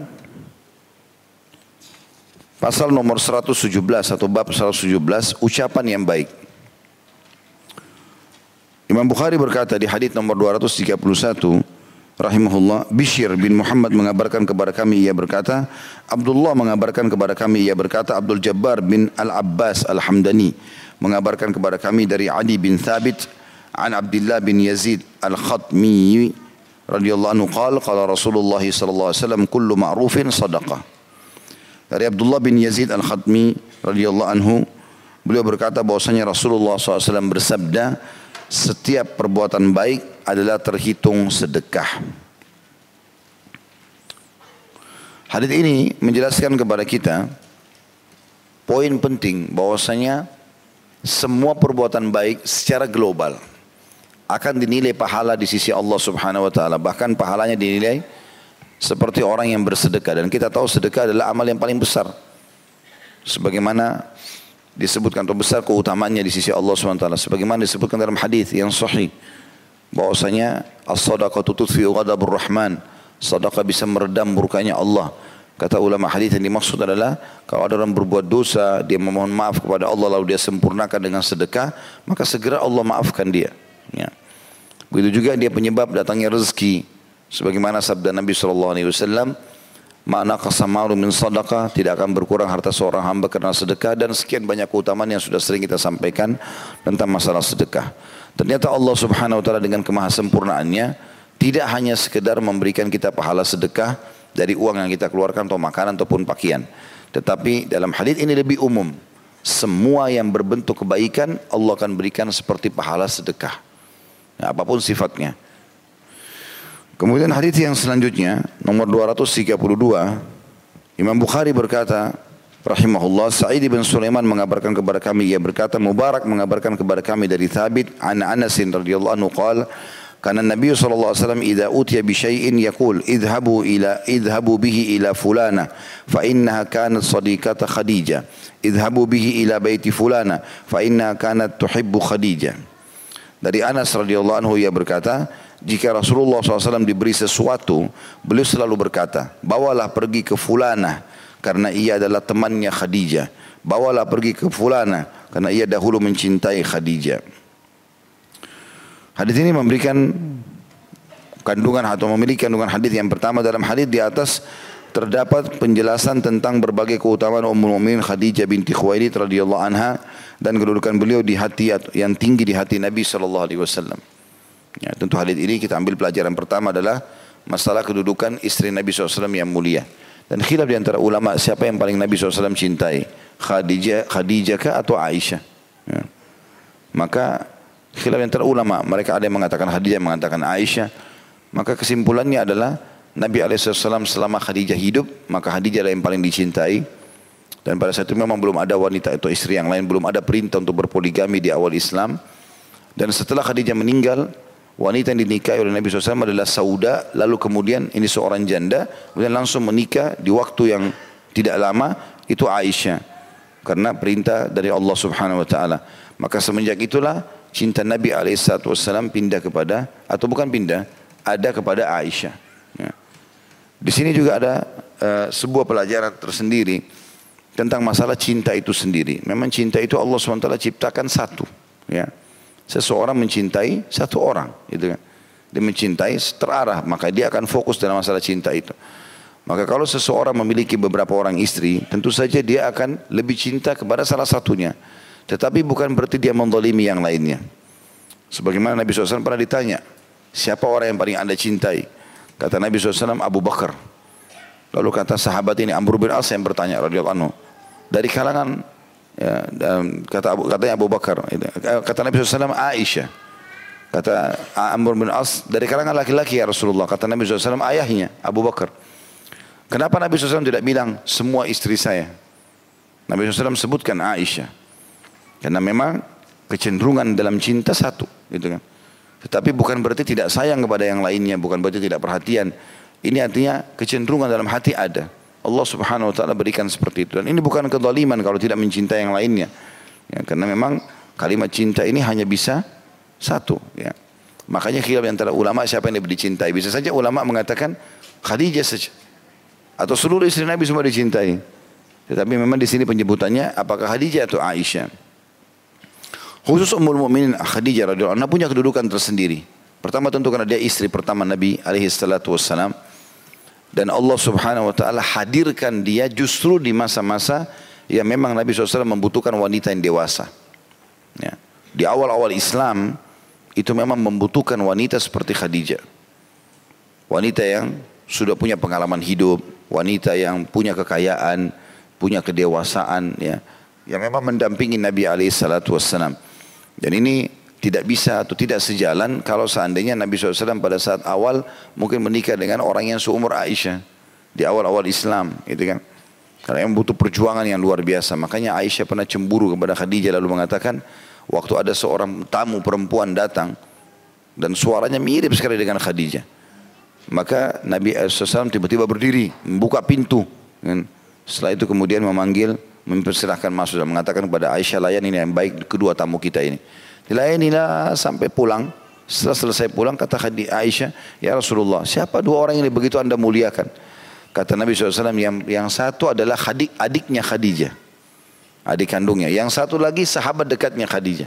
pasal nomor seratus tujuh belas atau bab seratus tujuh belas, ucapan yang baik. Imam Bukhari berkata di hadits nomor dua ratus tiga puluh satu, rahimahullah, Bishr bin Muhammad mengabarkan kepada kami, ia berkata, Abdullah mengabarkan kepada kami, ia berkata, Abdul Jabbar bin Al-Abbas Al-Hamdani mengabarkan kepada kami dari Adi bin Thabit an Abdullah bin Yazid Al-Khatmi radhiyallahu anhu qala qala Rasulullah sallallahu alaihi wasallam kullu ma'rufin sadaqah. Dari Abdullah bin Yazid Al-Khatmi radhiyallahu anhu, beliau berkata bahwasanya Rasulullah sallallahu alaihi wasallam bersabda, setiap perbuatan baik adalah terhitung sedekah. Hadis ini menjelaskan kepada kita poin penting bahwasanya semua perbuatan baik secara global akan dinilai pahala di sisi Allah Subhanahu wa taala. Bahkan pahalanya dinilai seperti orang yang bersedekah, dan kita tahu sedekah adalah amal yang paling besar. Sebagaimana disebutkan atau besar keutamaannya di sisi Allah Subhanahu wa taala, sebagaimana disebutkan dalam hadis yang sahih bahwasanya as-shadaqatu tudfi'u ghadabur rahman, sedekah bisa meredam murkanya Allah. Kata ulama hadis yang dimaksud adalah kalau ada orang berbuat dosa, dia memohon maaf kepada Allah lalu dia sempurnakan dengan sedekah, maka segera Allah maafkan dia. Ya. Begitu juga dia penyebab datangnya rezeki, sebagaimana sabda Nabi sallallahu alaihi wasallam, ma naqasa malu min sadaqah, tidak akan berkurang harta seorang hamba karena sedekah, dan sekian banyak keutamaan yang sudah sering kita sampaikan tentang masalah sedekah. Ternyata Allah Subhanahu wa taala dengan kemahasempurnaannya tidak hanya sekedar memberikan kita pahala sedekah dari uang yang kita keluarkan atau makanan ataupun pakaian, tetapi dalam hadis ini lebih umum. Semua yang berbentuk kebaikan Allah akan berikan seperti pahala sedekah, ya, apapun sifatnya. Kemudian hadis yang selanjutnya nomor dua ratus tiga puluh dua, Imam Bukhari berkata rahimahullah, Sa'id bin Sulaiman mengabarkan kepada kami, ia berkata, Mubarak mengabarkan kepada kami dari Thabit an Anas radhiyallahu anhu qala kana Nabi sallallahu alaihi wasallam idza utiya bi syai'in yaqul idhabu ila idhabu bihi ila fulana fa innaha kanat sadiqata Khadijah, idhabu bihi ila baiti fulana fa innaha kanat tuhibbu Khadijah. Dari Anas radhiyallahu anhu ia berkata, jika Rasulullah shallallahu alaihi wasallam diberi sesuatu, beliau selalu berkata, bawalah pergi ke fulana karena ia adalah temannya Khadijah, bawalah pergi ke fulana karena ia dahulu mencintai Khadijah. Hadis ini memberikan kandungan atau memiliki kandungan hadis yang pertama. Dalam hadis di atas terdapat penjelasan tentang berbagai keutamaan Ummul Mukminin Khadijah binti Khuwailid radhiyallahu anha dan kedudukan beliau di hati yang tinggi di hati Nabi sallallahu alaihi wasallam. Ya, tentu hadis ini kita ambil pelajaran pertama adalah masalah kedudukan istri Nabi sallallahu alaihi wasallam yang mulia. Dan khilaf di antara ulama siapa yang paling Nabi sallallahu alaihi wasallam cintai, Khadijah, Khadijah kah atau Aisyah? Ya. Maka khilaf antara ulama, mereka ada yang mengatakan Khadijah, mengatakan Aisyah. Maka kesimpulannya adalah Nabi alaihi wasallam selama Khadijah hidup, maka Khadijah adalah yang paling dicintai. Dan pada saat itu memang belum ada wanita atau istri yang lain, belum ada perintah untuk berpoligami di awal Islam. Dan setelah Khadijah meninggal, wanita yang dinikahi oleh Nabi shallallahu alaihi wasallam adalah Sauda. Lalu kemudian ini seorang janda, kemudian langsung menikah di waktu yang tidak lama, itu Aisyah, karena perintah dari Allah Subhanahu wa taala. Maka semenjak itulah cinta Nabi alaihi wasallam pindah kepada, atau bukan pindah, ada kepada Aisyah. Ya. Di sini juga ada uh, sebuah pelajaran tersendiri tentang masalah cinta itu sendiri. Memang cinta itu Allah subhanahu wa taala ciptakan satu. Ya. Seseorang mencintai satu orang, gitu kan. Dia mencintai terarah, maka dia akan fokus dalam masalah cinta itu. Maka kalau seseorang memiliki beberapa orang istri, tentu saja dia akan lebih cinta kepada salah satunya. Tetapi bukan berarti dia menzalimi yang lainnya. Sebagaimana Nabi shallallahu alaihi wasallam pernah ditanya, siapa orang yang paling anda cintai? Kata Nabi shallallahu alaihi wasallam, Abu Bakar. Lalu kata sahabat ini, Amr bin As yang bertanya radhiyallahu anhu, dari kalangan, ya, kata Abu, katanya Abu Bakar. Kata Nabi shallallahu alaihi wasallam, Aisyah. Kata Amr bin As, dari kalangan laki-laki ya Rasulullah. Kata Nabi shallallahu alaihi wasallam, ayahnya Abu Bakar. Kenapa Nabi shallallahu alaihi wasallam tidak bilang semua istri saya? Nabi shallallahu alaihi wasallam sebutkan Aisyah. Karena memang kecenderungan dalam cinta satu, gitu kan. Tetapi bukan berarti tidak sayang kepada yang lainnya, bukan berarti tidak perhatian. Ini artinya kecenderungan dalam hati ada. Allah Subhanahu wa taala berikan seperti itu. Dan ini bukan kezaliman kalau tidak mencintai yang lainnya. Ya, karena memang kalimat cinta ini hanya bisa satu, ya. Makanya khilaf antara ulama siapa yang lebih dicintai. Bisa saja ulama mengatakan Khadijah saja, atau seluruh istri Nabi semua dicintai. Tetapi memang di sini penyebutannya apakah Khadijah atau Aisyah. Khusus Ummul Mukminin Khadijah radhiyallahu anha punya kedudukan tersendiri. Pertama tentu karena dia istri pertama Nabi alaihi salatu wassalam. Dan Allah subhanahu wa ta'ala hadirkan dia justru di masa-masa yang memang Nabi shallallahu alaihi wasallam membutuhkan wanita yang dewasa. Ya. Di awal-awal Islam itu memang membutuhkan wanita seperti Khadijah. Wanita yang sudah punya pengalaman hidup, wanita yang punya kekayaan, punya kedewasaan, ya, yang memang mendampingi Nabi alaihi salatu wassalam. Dan ini tidak bisa atau tidak sejalan kalau seandainya Nabi shallallahu alaihi wasallam pada saat awal mungkin menikah dengan orang yang seumur Aisyah di awal-awal Islam, gitu kan? Karena yang butuh perjuangan yang luar biasa. Makanya Aisyah pernah cemburu kepada Khadijah lalu mengatakan, waktu ada seorang tamu perempuan datang dan suaranya mirip sekali dengan Khadijah, maka Nabi shallallahu alaihi wasallam tiba-tiba berdiri membuka pintu. Setelah itu kemudian memanggil, mempersilahkan masuk dan mengatakan kepada Aisyah, layan ini yang baik kedua tamu kita ini. Dilayanilah sampai pulang. Setelah selesai pulang kata Aisyah, ya Rasulullah, siapa dua orang ini begitu anda muliakan? Kata Nabi shallallahu alaihi wasallam, yang, yang satu adalah adik, adiknya Khadijah, adik kandungnya. Yang satu lagi sahabat dekatnya Khadijah.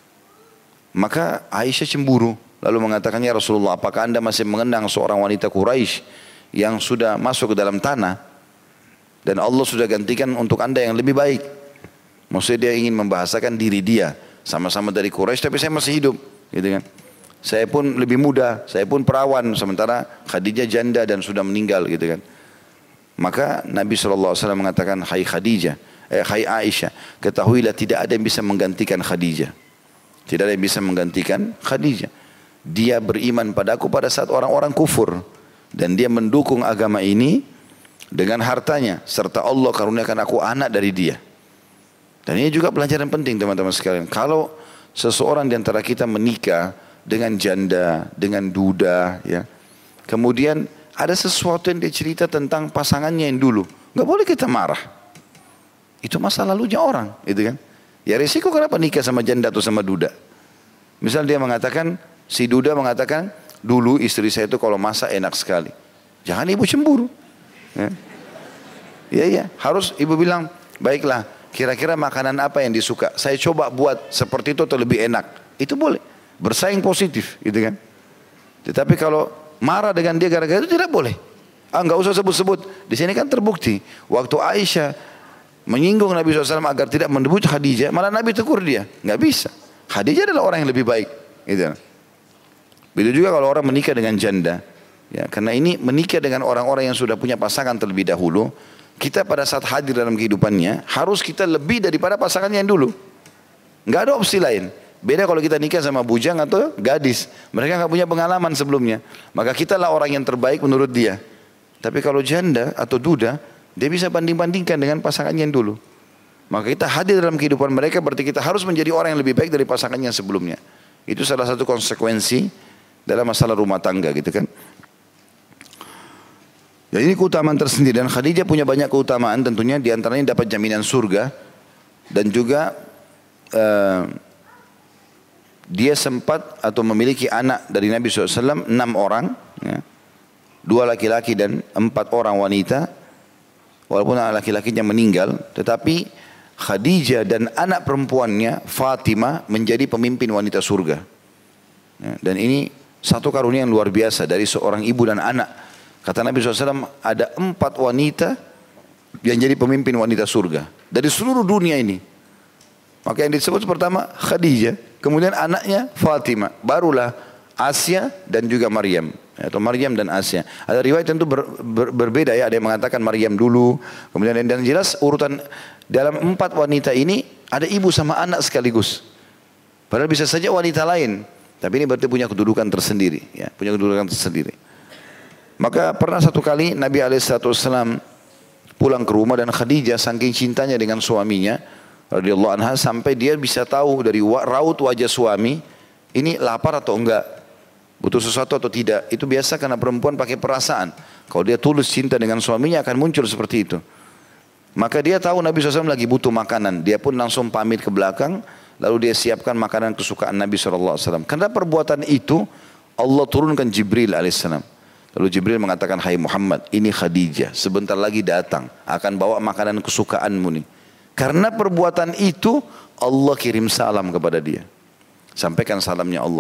Maka Aisyah cemburu. Lalu mengatakan, ya Rasulullah, apakah anda masih mengenang seorang wanita Quraisy yang sudah masuk ke dalam tanah dan Allah sudah gantikan untuk anda yang lebih baik? Maksudnya dia ingin membahasakan diri dia. Sama-sama dari Quraisy tapi saya masih hidup, gitu kan? Saya pun lebih muda, saya pun perawan, sementara Khadijah janda dan sudah meninggal, gitu kan? Maka Nabi shallallahu alaihi wasallam mengatakan, hai Khadijah, eh, hai Aisyah, ketahuilah tidak ada yang bisa menggantikan Khadijah. Tidak ada yang bisa menggantikan Khadijah. Dia beriman padaku pada saat orang-orang kufur dan dia mendukung agama ini dengan hartanya, serta Allah karuniakan aku anak dari dia. Dan ini juga pelajaran penting teman-teman sekalian. Kalau seseorang di antara kita menikah dengan janda, dengan duda, ya, kemudian ada sesuatu yang dia cerita tentang pasangannya yang dulu, nggak boleh kita marah. Itu masa lalunya orang, gitu kan? Ya risiko kenapa nikah sama janda atau sama duda? Misal dia mengatakan, si duda mengatakan, dulu istri saya itu kalau masak enak sekali. Jangan ibu cemburu. Ya, ya, ya. Harus ibu bilang, baiklah. Kira-kira makanan apa yang disuka? Saya coba buat seperti itu atau lebih enak. Itu boleh. Bersaing positif, gitu kan? Tetapi kalau marah dengan dia gara-gara itu tidak boleh. Ah, enggak usah sebut-sebut. Di sini kan terbukti. Waktu Aisyah menyinggung Nabi shallallahu alaihi wasallam agar tidak menyebut Khadijah, malah Nabi tegur dia. Enggak bisa. Khadijah adalah orang yang lebih baik. Gitu. Begitu juga kalau orang menikah dengan janda. Ya, karena ini menikah dengan orang-orang yang sudah punya pasangan terlebih dahulu. Kita pada saat hadir dalam kehidupannya harus kita lebih daripada pasangannya yang dulu. Nggak ada opsi lain. Beda kalau kita nikah sama bujang atau gadis. Mereka nggak punya pengalaman sebelumnya. Maka kita lah orang yang terbaik menurut dia. Tapi kalau janda atau duda, dia bisa banding-bandingkan dengan pasangannya yang dulu. Maka kita hadir dalam kehidupan mereka berarti kita harus menjadi orang yang lebih baik dari pasangannya sebelumnya. Itu salah satu konsekuensi dalam masalah rumah tangga, gitu kan. Jadi ini keutamaan tersendiri, dan Khadijah punya banyak keutamaan tentunya, diantaranya dapat jaminan surga dan juga uh, dia sempat atau memiliki anak dari Nabi shallallahu alaihi wasallam enam orang, ya. Dua laki-laki dan empat orang wanita, walaupun anak laki-lakinya meninggal, tetapi Khadijah dan anak perempuannya Fatimah menjadi pemimpin wanita surga, ya. Dan ini satu karunia yang luar biasa dari seorang ibu dan anak. Kata Nabi shallallahu alaihi wasallam ada empat wanita yang jadi pemimpin wanita surga dari seluruh dunia ini. Maka yang disebut pertama Khadijah, kemudian anaknya Fatimah, barulah Asia dan juga Maryam, atau Maryam dan Asia. Ada riwayat tentu ber, ber, berbeda ya, ada yang mengatakan Maryam dulu, kemudian dan jelas urutan dalam empat wanita ini ada ibu sama anak sekaligus. Padahal bisa saja wanita lain, tapi ini berarti punya kedudukan tersendiri, ya, punya kedudukan tersendiri. Maka pernah satu kali Nabi alaihi salatu wasallam pulang ke rumah dan Khadijah saking cintanya dengan suaminya radhiyallahu anha sampai dia bisa tahu dari raut wajah suami ini lapar atau enggak, butuh sesuatu atau tidak. Itu biasa karena perempuan pakai perasaan. Kalau dia tulus cinta dengan suaminya akan muncul seperti itu. Maka dia tahu Nabi shallallahu alaihi wasallam lagi butuh makanan. Dia pun langsung pamit ke belakang, lalu dia siapkan makanan kesukaan Nabi shallallahu alaihi wasallam. Karena perbuatan itu Allah turunkan Jibril alaihissalam. Lalu Jibril mengatakan, hai Muhammad, ini Khadijah sebentar lagi datang, akan bawa makanan kesukaanmu nih. Karena perbuatan itu Allah kirim salam kepada dia. Sampaikan salamnya Allah.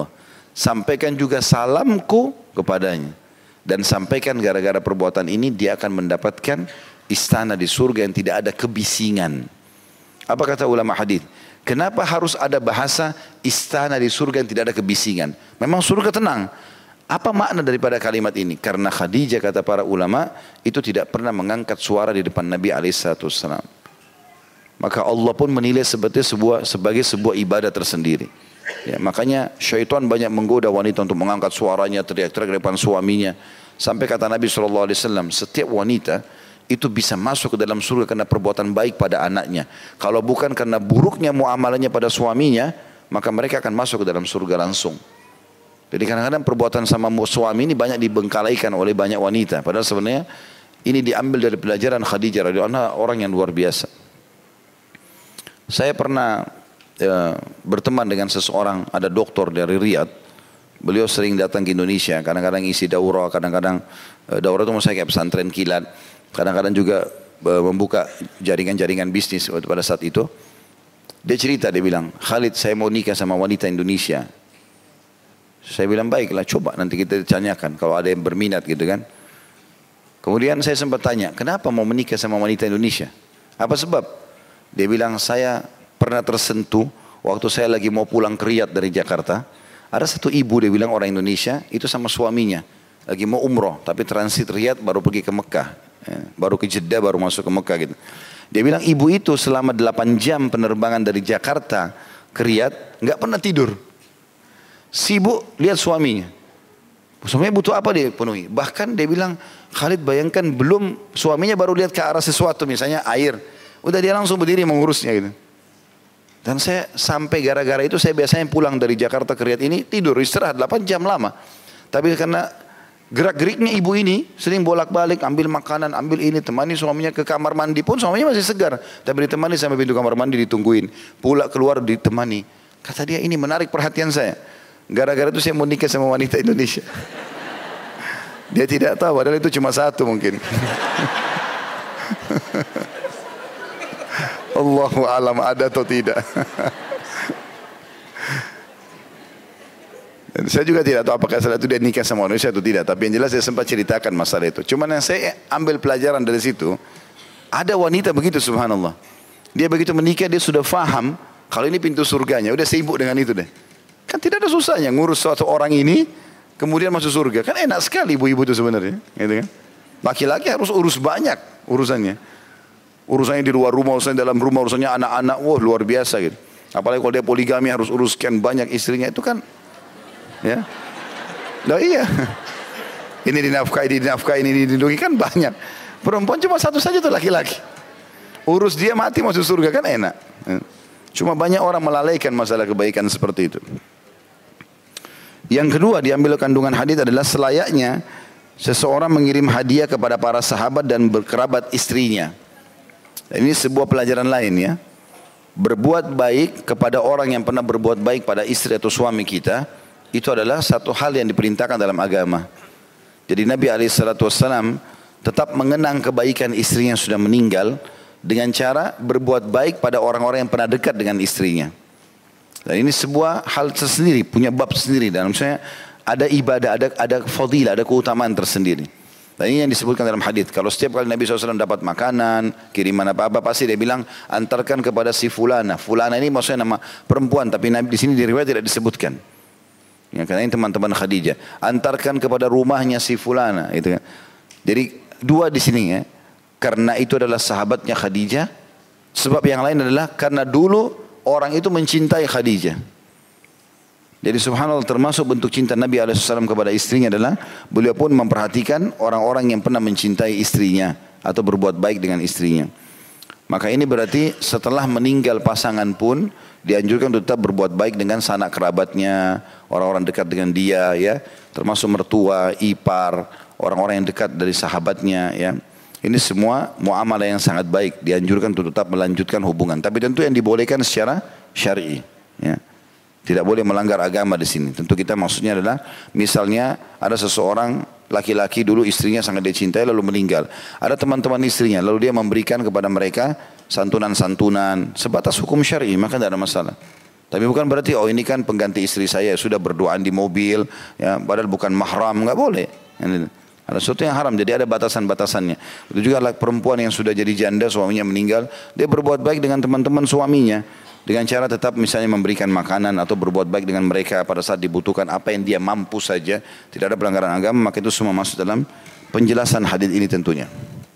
sampaikan juga salamku kepadanya. Dan sampaikan gara-gara perbuatan ini dia akan mendapatkan istana di surga yang tidak ada kebisingan. Apa kata ulama hadis? Kenapa harus ada bahasa istana di surga yang tidak ada kebisingan? Memang surga tenang. Apa makna daripada kalimat ini? Karena Khadijah kata para ulama itu tidak pernah mengangkat suara di depan Nabi alaihi wasallam. Maka Allah pun menilai sebagai sebuah sebagai sebuah ibadah tersendiri. Ya, makanya syaitan banyak menggoda wanita untuk mengangkat suaranya teriak-teriak di depan suaminya. Sampai kata Nabi shallallahu alaihi wasallam, setiap wanita itu bisa masuk ke dalam surga karena perbuatan baik pada anaknya. Kalau bukan karena buruknya muamalahnya pada suaminya, maka mereka akan masuk ke dalam surga langsung. Jadi kadang-kadang perbuatan sama suami ini banyak dibengkalaikan oleh banyak wanita. Padahal sebenarnya ini diambil dari pelajaran Khadijah radhiyallahu anha, orang yang luar biasa. Saya pernah ya, berteman dengan seseorang, ada dokter dari Riyadh. Beliau sering datang ke Indonesia, kadang-kadang isi daurah, kadang-kadang daurah itu maksudnya kayak pesantren kilat. Kadang-kadang juga membuka jaringan-jaringan bisnis pada saat itu. Dia cerita, dia bilang, Khalid saya mau nikah sama wanita Indonesia. Saya bilang baiklah, coba nanti kita tanyakan kalau ada yang berminat gitu kan. Kemudian saya sempat tanya, kenapa mau menikah sama wanita Indonesia? Apa sebab? Dia bilang, saya pernah tersentuh waktu saya lagi mau pulang ke Riyadh dari Jakarta. Ada satu ibu, dia bilang orang Indonesia, itu sama suaminya. Lagi mau umroh, tapi transit Riyadh baru pergi ke Mekah. Ya, baru ke Jeddah, baru masuk ke Mekah gitu. Dia bilang ibu itu selama delapan jam penerbangan dari Jakarta ke Riyadh, nggak pernah tidur. Si ibu lihat suaminya. Suaminya butuh apa dia penuhi. Bahkan dia bilang, Khalid bayangkan belum suaminya baru lihat ke arah sesuatu, misalnya air. Udah dia langsung berdiri mengurusnya gitu. Dan saya sampai gara-gara itu saya biasanya pulang dari Jakarta ke Riyadh ini tidur, istirahat delapan jam lama. Tapi karena gerak-geriknya ibu ini sering bolak-balik ambil makanan, ambil ini, temani suaminya ke kamar mandi pun suaminya masih segar. Tapi ditemani sampai pintu kamar mandi ditungguin. Pulang keluar ditemani. Kata dia ini menarik perhatian saya. Gara-gara itu saya mau nikah sama wanita Indonesia. Dia tidak tahu padahal itu cuma satu mungkin. Allahu a'lam ada atau tidak. Dan saya juga tidak tahu apakah saat itu dia nikah sama Indonesia atau tidak. Tapi yang jelas saya sempat ceritakan masalah itu. Cuma yang saya ambil pelajaran dari situ, ada wanita begitu subhanallah. Dia begitu menikah dia sudah faham kalau ini pintu surganya. Udah sibuk dengan itu deh. Kan tidak ada susahnya ngurus suatu orang ini kemudian masuk surga. Kan enak sekali ibu-ibu itu sebenarnya, gitu kan? Laki-laki harus urus banyak urusannya. Urusannya di luar rumah, urusannya dalam rumah, urusannya anak-anak, wah luar biasa gitu. Apalagi kalau dia poligami harus uruskan banyak istrinya, itu kan ya. Nah iya. Ini dinafkahi, ini dinafkahi, ini dilindungi kan banyak. Perempuan cuma satu saja tuh laki-laki. Urus dia mati masuk surga kan enak. Cuma banyak orang melalaikan masalah kebaikan seperti itu. Yang kedua diambil kandungan hadis adalah selayaknya seseorang mengirim hadiah kepada para sahabat dan berkerabat istrinya. Dan ini sebuah pelajaran lain ya. Berbuat baik kepada orang yang pernah berbuat baik pada istri atau suami kita, itu adalah satu hal yang diperintahkan dalam agama. Jadi Nabi alaihi salatu wasallam tetap mengenang kebaikan istrinya yang sudah meninggal dengan cara berbuat baik pada orang-orang yang pernah dekat dengan istrinya. Dan ini sebuah hal tersendiri, punya bab sendiri. Dan misalnya ada ibadah, ada ada fadilah, ada keutamaan tersendiri. Dan ini yang disebutkan dalam hadis. Kalau setiap kali Nabi shallallahu alaihi wasallam dapat makanan, kiriman apa-apa, pasti dia bilang antarkan kepada si fulana. Fulana ini maksudnya nama perempuan, tapi Nabi di sini di riwayat tidak disebutkan. Ya, karena ini teman-teman Khadijah. Antarkan kepada rumahnya si fulana, gitu kan. Jadi dua di sini ya. Karena itu adalah sahabatnya Khadijah. Sebab yang lain adalah karena dulu orang itu mencintai Khadijah. Jadi subhanallah termasuk bentuk cinta Nabi shallallahu alaihi wasallam kepada istrinya adalah beliau pun memperhatikan orang-orang yang pernah mencintai istrinya atau berbuat baik dengan istrinya. Maka ini berarti setelah meninggal pasangan pun dianjurkan untuk tetap berbuat baik dengan sanak kerabatnya, orang-orang dekat dengan dia ya, termasuk mertua, ipar, orang-orang yang dekat dari sahabatnya ya. Ini semua muamalah yang sangat baik, dianjurkan untuk tetap melanjutkan hubungan. Tapi tentu yang dibolehkan secara syar'i. Ya. Tidak boleh melanggar agama di sini. Tentu kita maksudnya adalah, misalnya ada seseorang laki-laki dulu istrinya sangat dicintai lalu meninggal. Ada teman-teman istrinya, lalu dia memberikan kepada mereka santunan-santunan sebatas hukum syar'i, maka tidak ada masalah. Tapi bukan berarti oh ini kan pengganti istri saya sudah berduaan di mobil, ya padahal bukan mahram, nggak boleh. Ada sesuatu yang haram, jadi ada batasan-batasannya. Itu juga perempuan yang sudah jadi janda, suaminya meninggal, dia berbuat baik dengan teman-teman suaminya dengan cara tetap misalnya memberikan makanan atau berbuat baik dengan mereka pada saat dibutuhkan apa yang dia mampu saja, tidak ada pelanggaran agama, maka itu semua masuk dalam penjelasan hadis ini tentunya.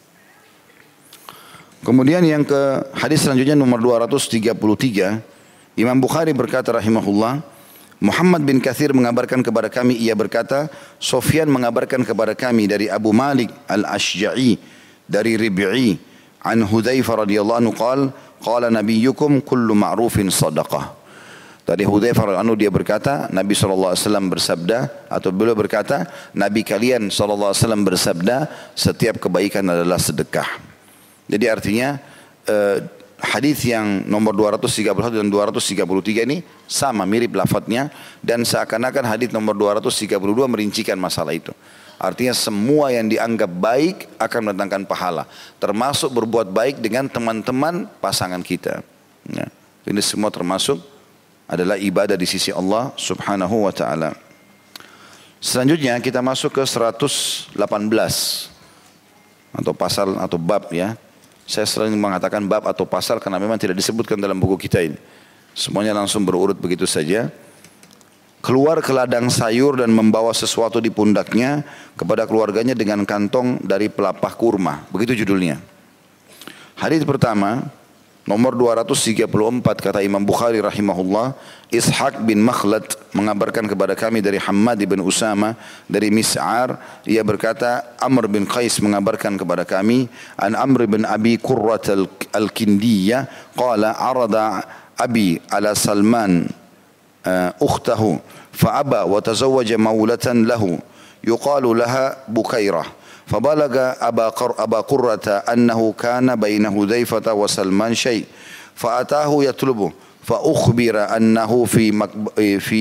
Kemudian yang ke hadis selanjutnya nomor dua ratus tiga puluh tiga, Imam Bukhari berkata rahimahullah, Muhammad bin Katsir mengabarkan kepada kami, ia berkata, Sufyan mengabarkan kepada kami dari Abu Malik al-Ashja'i, dari Rib'i, an Hudzaifah radhiyallahu anhu qala, qala nabiyyukum kullu ma'rufin sadaqah. Dari Hudzaifah radhiyallahu anhu dia berkata, Nabi sallallahu alaihi wasallam bersabda, atau beliau berkata, Nabi kalian sallallahu alaihi wasallam bersabda, setiap kebaikan adalah sedekah. Jadi artinya uh, hadis yang nomor dua ratus tiga puluh satu dan dua ratus tiga puluh tiga ini sama, mirip lafadznya, dan seakan-akan hadis nomor dua ratus tiga puluh dua merincikan masalah itu. Artinya semua yang dianggap baik akan mendatangkan pahala, termasuk berbuat baik dengan teman-teman pasangan kita. Ya. Ini semua termasuk adalah ibadah di sisi Allah Subhanahu wa taala. Selanjutnya kita masuk ke seratus delapan belas atau pasal atau bab, ya. Saya sering mengatakan bab atau pasal karena memang tidak disebutkan dalam buku kita ini. Semuanya langsung berurut begitu saja. Keluar ke ladang sayur dan membawa sesuatu di pundaknya kepada keluarganya dengan kantong dari pelepah kurma. Begitu judulnya. Hadis pertama, nomor dua ratus tiga puluh empat, kata Imam Bukhari rahimahullah, Ishaq bin Makhlad mengabarkan kepada kami dari Hammad bin Usama dari Mis'ar, ia berkata, Amr bin Qais mengabarkan kepada kami, an Amr bin Abi Qurrat al-Kindiyah qala arada abi ala Salman uh, ukhtahu fa'aba wa tazawwaja mawlatan lahu yuqalu laha Bukairah. فبلغ أبا, قر أبا قرة أنه كان بين حذيفة وسلمان شيء فأتاه يطلبه فأخبر أنه في في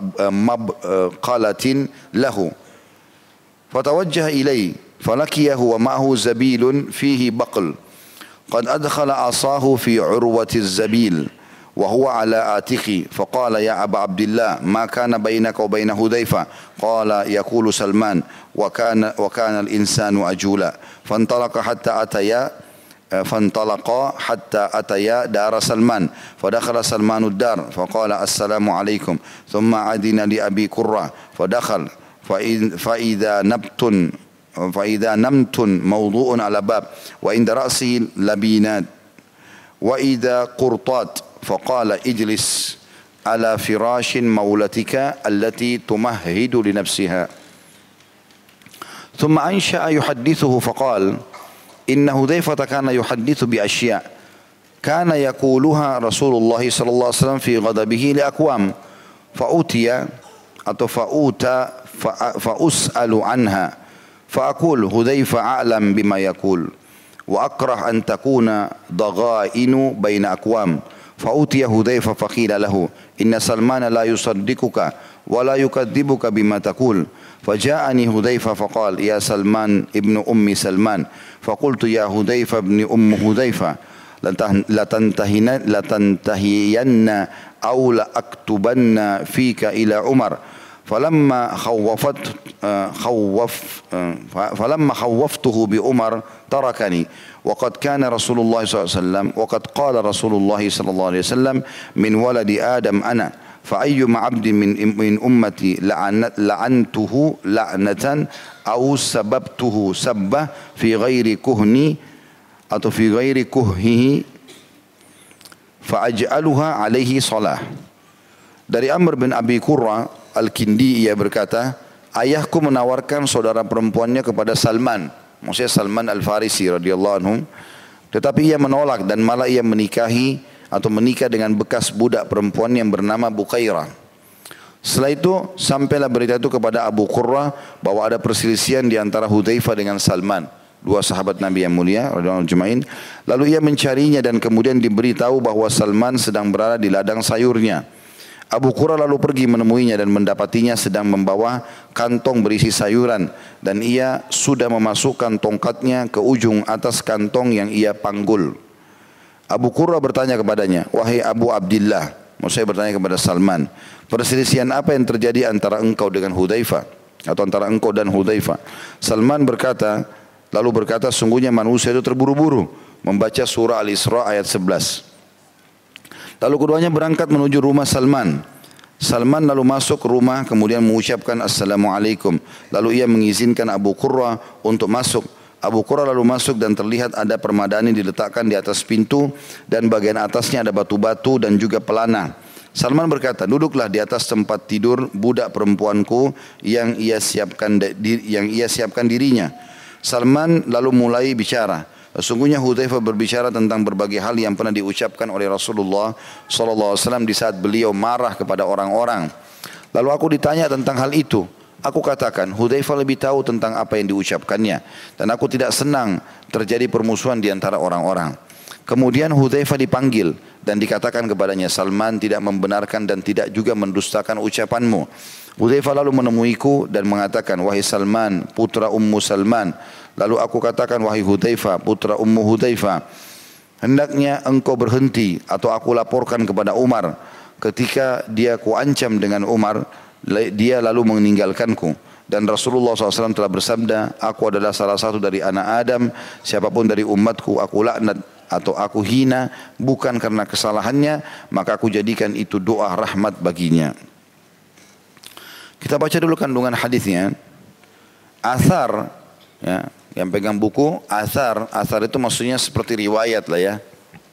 مبقلة له فتوجه إليه فلقيه ومعه زبيل فيه بقل قد أدخل عصاه في عروة الزبيل وهو على آتقي فقال يا أبا عبد الله ما كان بينك وبين حذيفة قال يقول سلمان وكان وكان الإنسان أجولا فانطلق حتى أتيا فانطلقا حتى أتيا دار سلمان فدخل سلمان الدار فقال السلام عليكم ثم أذن لأبي قرة فدخل فإذا نبت فإذا نمت موضوع على باب وعند رأسه لبينات وإذا قرطات فقال اجلس على فراش مولتك التي تمهد لنفسها ثم أنشأ يحدثه فقال إن حذيفة كان يحدث بأشياء كان يقولها رسول الله صلى الله عليه وسلم في غضبه لأقوام فأوتي أو فأوتى فأسأل عنها فأقول حذيفة أعلم بما يقول وأكره أن تكون ضغائن بين أقوام فأوتي حذيفة فقيل له إن سلمان لا يصدقك ولا يكذبك بما تقول فجاءني حذيفة فقال يا سلمان ابن أم سلمان فقلت يا حذيفة ابن أم حذيفة لتنتهين لتنتهين أو لأكتبن فيك إلى عمر فلما خوفت خوف فلما خوفته بعمر تركني وقد كان رسول الله صلى الله عليه وسلم وقد قال رسول الله صلى الله عليه وسلم من ولد آدم أنا فأيما عبد من من أمتي لعنته لعنة أو سببته سبة في غير كهني أو في غير كهه فأجعلها عليه صلاة. Dari Amr bin Abi Qurra al-Kindi ia berkata, ayahku menawarkan saudara perempuannya kepada Salman, maksudnya Salman al-Farisi radhiyallahu anhu, tetapi ia menolak dan malah ia menikahi atau menikah dengan bekas budak perempuan yang bernama Bukairah. Setelah itu sampailah berita itu kepada Abu Qurrah bahwa ada perselisihan di antara Hudzaifah dengan Salman, dua sahabat Nabi yang mulia radhiyallahu ajmain. Lalu ia mencarinya dan kemudian diberitahu bahwa Salman sedang berada di ladang sayurnya. Abu Qurrah lalu pergi menemuinya dan mendapatinya sedang membawa kantong berisi sayuran dan ia sudah memasukkan tongkatnya ke ujung atas kantong yang ia panggul. Abu Qurrah bertanya kepadanya, wahai Abu Abdillah, Maksud saya bertanya kepada Salman, perselisihan apa yang terjadi antara engkau dengan Hudzaifah atau antara engkau dan Hudzaifah? Salman berkata, lalu berkata, sungguhnya manusia itu terburu-buru membaca surah Al-Isra ayat sebelas. Lalu keduanya berangkat menuju rumah Salman. Salman lalu masuk ke rumah kemudian mengucapkan Assalamualaikum. Lalu ia mengizinkan Abu Qurra untuk masuk. Abu Qurra lalu masuk dan terlihat ada permadani diletakkan di atas pintu dan bagian atasnya ada batu-batu dan juga pelana. Salman berkata, duduklah di atas tempat tidur budak perempuanku yang ia siapkan yang ia siapkan dirinya. Salman lalu mulai bicara. Sesungguhnya Hudzaifah berbicara tentang berbagai hal yang pernah diucapkan oleh Rasulullah sallallahu alaihi wasallam di saat beliau marah kepada orang-orang. Lalu aku ditanya tentang hal itu. Aku katakan, Hudzaifah lebih tahu tentang apa yang diucapkannya. Dan aku tidak senang terjadi permusuhan di antara orang-orang. Kemudian Hudzaifah dipanggil dan dikatakan kepadanya, Salman tidak membenarkan dan tidak juga mendustakan ucapanmu. Hudzaifah lalu menemuiku dan mengatakan, wahai Salman, putra Ummu Salman. Lalu aku katakan, wahai Hudzaifah, putra Ummu Hudzaifah, hendaknya engkau berhenti atau aku laporkan kepada Umar. Ketika dia kuancam dengan Umar, dia lalu meninggalkanku. Dan Rasulullah shallallahu alaihi wasallam telah bersabda, aku adalah salah satu dari anak Adam, siapapun dari umatku aku laknat atau aku hina, bukan karena kesalahannya, maka aku jadikan itu doa rahmat baginya. Kita baca dulu kandungan hadisnya. Athar, ya, yang pegang buku, athar, athar itu maksudnya seperti riwayat lah ya.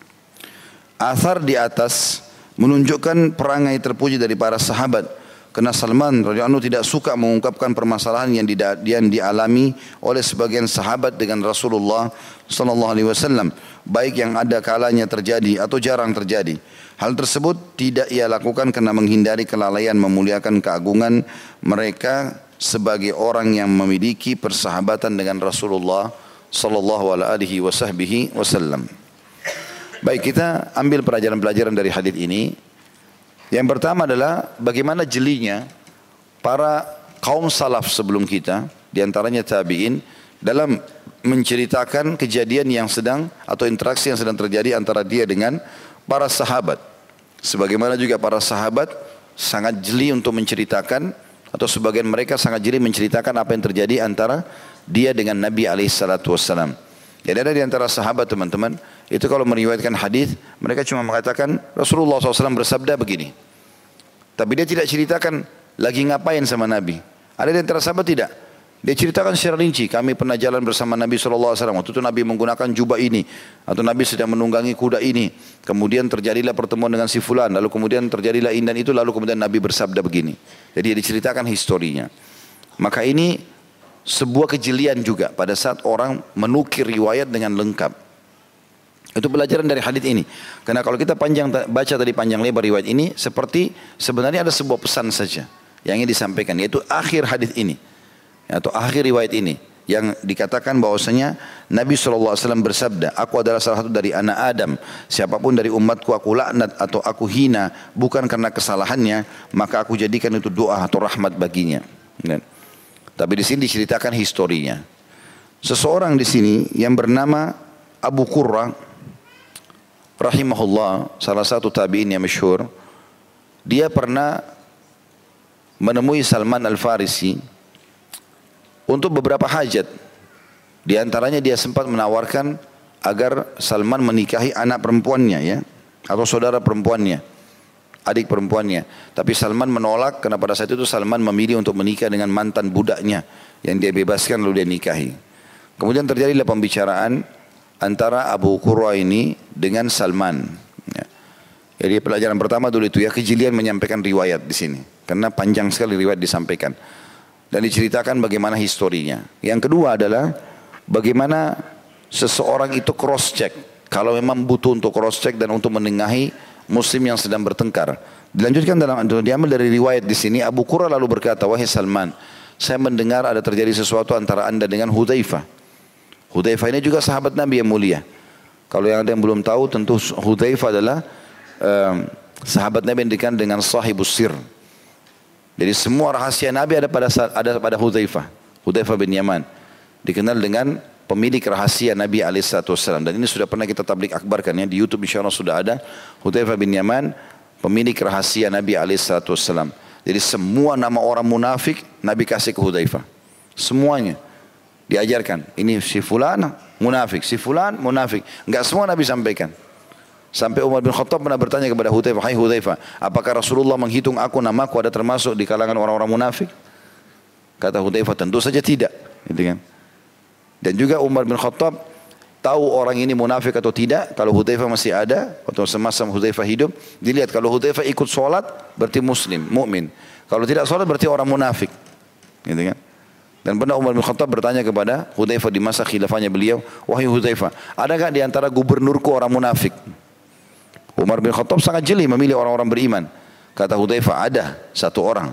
Athar di atas menunjukkan perangai terpuji dari para sahabat. Karena Salman radhiyallahu anhu tidak suka mengungkapkan permasalahan yang, di, yang dialami oleh sebagian sahabat dengan Rasulullah sallallahu alaihi wasallam, baik yang ada kalanya terjadi atau jarang terjadi. Hal tersebut tidak ia lakukan karena menghindari kelalaian memuliakan keagungan mereka sebagai orang yang memiliki persahabatan dengan Rasulullah sallallahu alaihi wasallam. Baik, kita ambil pelajaran-pelajaran dari hadis ini. Yang pertama adalah bagaimana jelinya para kaum salaf sebelum kita, diantaranya tabi'in, dalam menceritakan kejadian yang sedang atau interaksi yang sedang terjadi antara dia dengan para sahabat. Sebagaimana juga para sahabat sangat jeli untuk menceritakan, atau sebagian mereka sangat jeli menceritakan apa yang terjadi antara dia dengan Nabi alaihi salatu wassalam. Jadi ada di antara sahabat teman-teman, itu kalau meriwayatkan hadis, mereka cuma mengatakan Rasulullah shallallahu alaihi wasallam bersabda begini. Tapi dia tidak ceritakan lagi ngapain sama Nabi. Ada di antara sahabat tidak. Dia ceritakan secara rinci, kami pernah jalan bersama Nabi shallallahu alaihi wasallam. Waktu itu Nabi menggunakan jubah ini. Atau Nabi sedang menunggangi kuda ini. Kemudian terjadilah pertemuan dengan si fulan. Lalu kemudian terjadilah ini dan itu. Lalu kemudian Nabi bersabda begini. Jadi dia diceritakan historinya. Maka ini sebuah kejelian juga pada saat orang menukir riwayat dengan lengkap. Itu pelajaran dari hadis ini. Karena kalau kita panjang baca tadi panjang lebar riwayat ini, seperti sebenarnya ada sebuah pesan saja yang ingin disampaikan, yaitu akhir hadis ini atau akhir riwayat ini yang dikatakan bahwasanya Nabi shallallahu alaihi wasallam bersabda, aku adalah salah satu dari anak Adam, siapapun dari umatku aku laknat atau aku hina, bukan karena kesalahannya, maka aku jadikan itu doa atau rahmat baginya. Dan tapi di sini diceritakan historinya. Seseorang di sini yang bernama Abu Qurra rahimahullah, salah satu tabi'in yang masyhur, dia pernah menemui Salman Al-Farisi untuk beberapa hajat. Di antaranya dia sempat menawarkan agar Salman menikahi anak perempuannya, ya, atau saudara perempuannya, adik perempuannya. Tapi Salman menolak karena pada saat itu Salman memilih untuk menikah dengan mantan budaknya yang dia bebaskan lalu dia nikahi. Kemudian terjadilah pembicaraan antara Abu Qurra ini dengan Salman. Ya. Jadi pelajaran pertama dulu itu ya, kejelian menyampaikan riwayat di sini. Karena panjang sekali riwayat disampaikan. Dan diceritakan bagaimana historinya. Yang kedua adalah bagaimana seseorang itu cross check. Kalau memang butuh untuk cross check dan untuk menengahi Muslim yang sedang bertengkar. Dilanjutkan dalam diambil dari riwayat di sini, Abu Qurra lalu berkata, wahai Salman, saya mendengar ada terjadi sesuatu antara anda dengan Hudzaifah. Hudzaifah ini juga sahabat Nabi yang mulia. Kalau yang ada yang belum tahu, tentu Hudzaifah adalah um, sahabat Nabi yang dikenal dengan sahibus sir. Jadi semua rahasia Nabi ada pada ada pada Hudzaifah. Hudzaifah bin Yaman dikenal dengan pemilik rahasia Nabi alaihi wasallam. Dan ini sudah pernah kita tablik akbarkan ya, di YouTube insyaallah sudah ada. Hudzaifah bin Yaman pemilik rahasia Nabi alaihi salatu wasallam. Jadi semua nama orang munafik Nabi kasih ke Hudzaifah. Semuanya diajarkan. Ini si fulan munafik, si fulan munafik. Enggak semua Nabi sampaikan. Sampai Umar bin Khattab pernah bertanya kepada Hudzaifah, "Hai Hudzaifah, apakah Rasulullah menghitung aku namaku ada termasuk di kalangan orang-orang munafik?" Kata Hudzaifah, "Tentu saja tidak." Gitu kan. Dan juga Umar bin Khattab tahu orang ini munafik atau tidak. Kalau Hudzaifah masih ada atau semasa Hudzaifah hidup, dilihat kalau Hudzaifah ikut sholat berarti muslim, mukmin. Kalau tidak sholat berarti orang munafik. Gitu kan? Dan pernah Umar bin Khattab bertanya kepada Hudzaifah di masa khilafahnya beliau, "Wahai Hudzaifah, adakah di antara gubernurku orang munafik?" Umar bin Khattab sangat jeli memilih orang-orang beriman. Kata Hudzaifah, "Ada satu orang."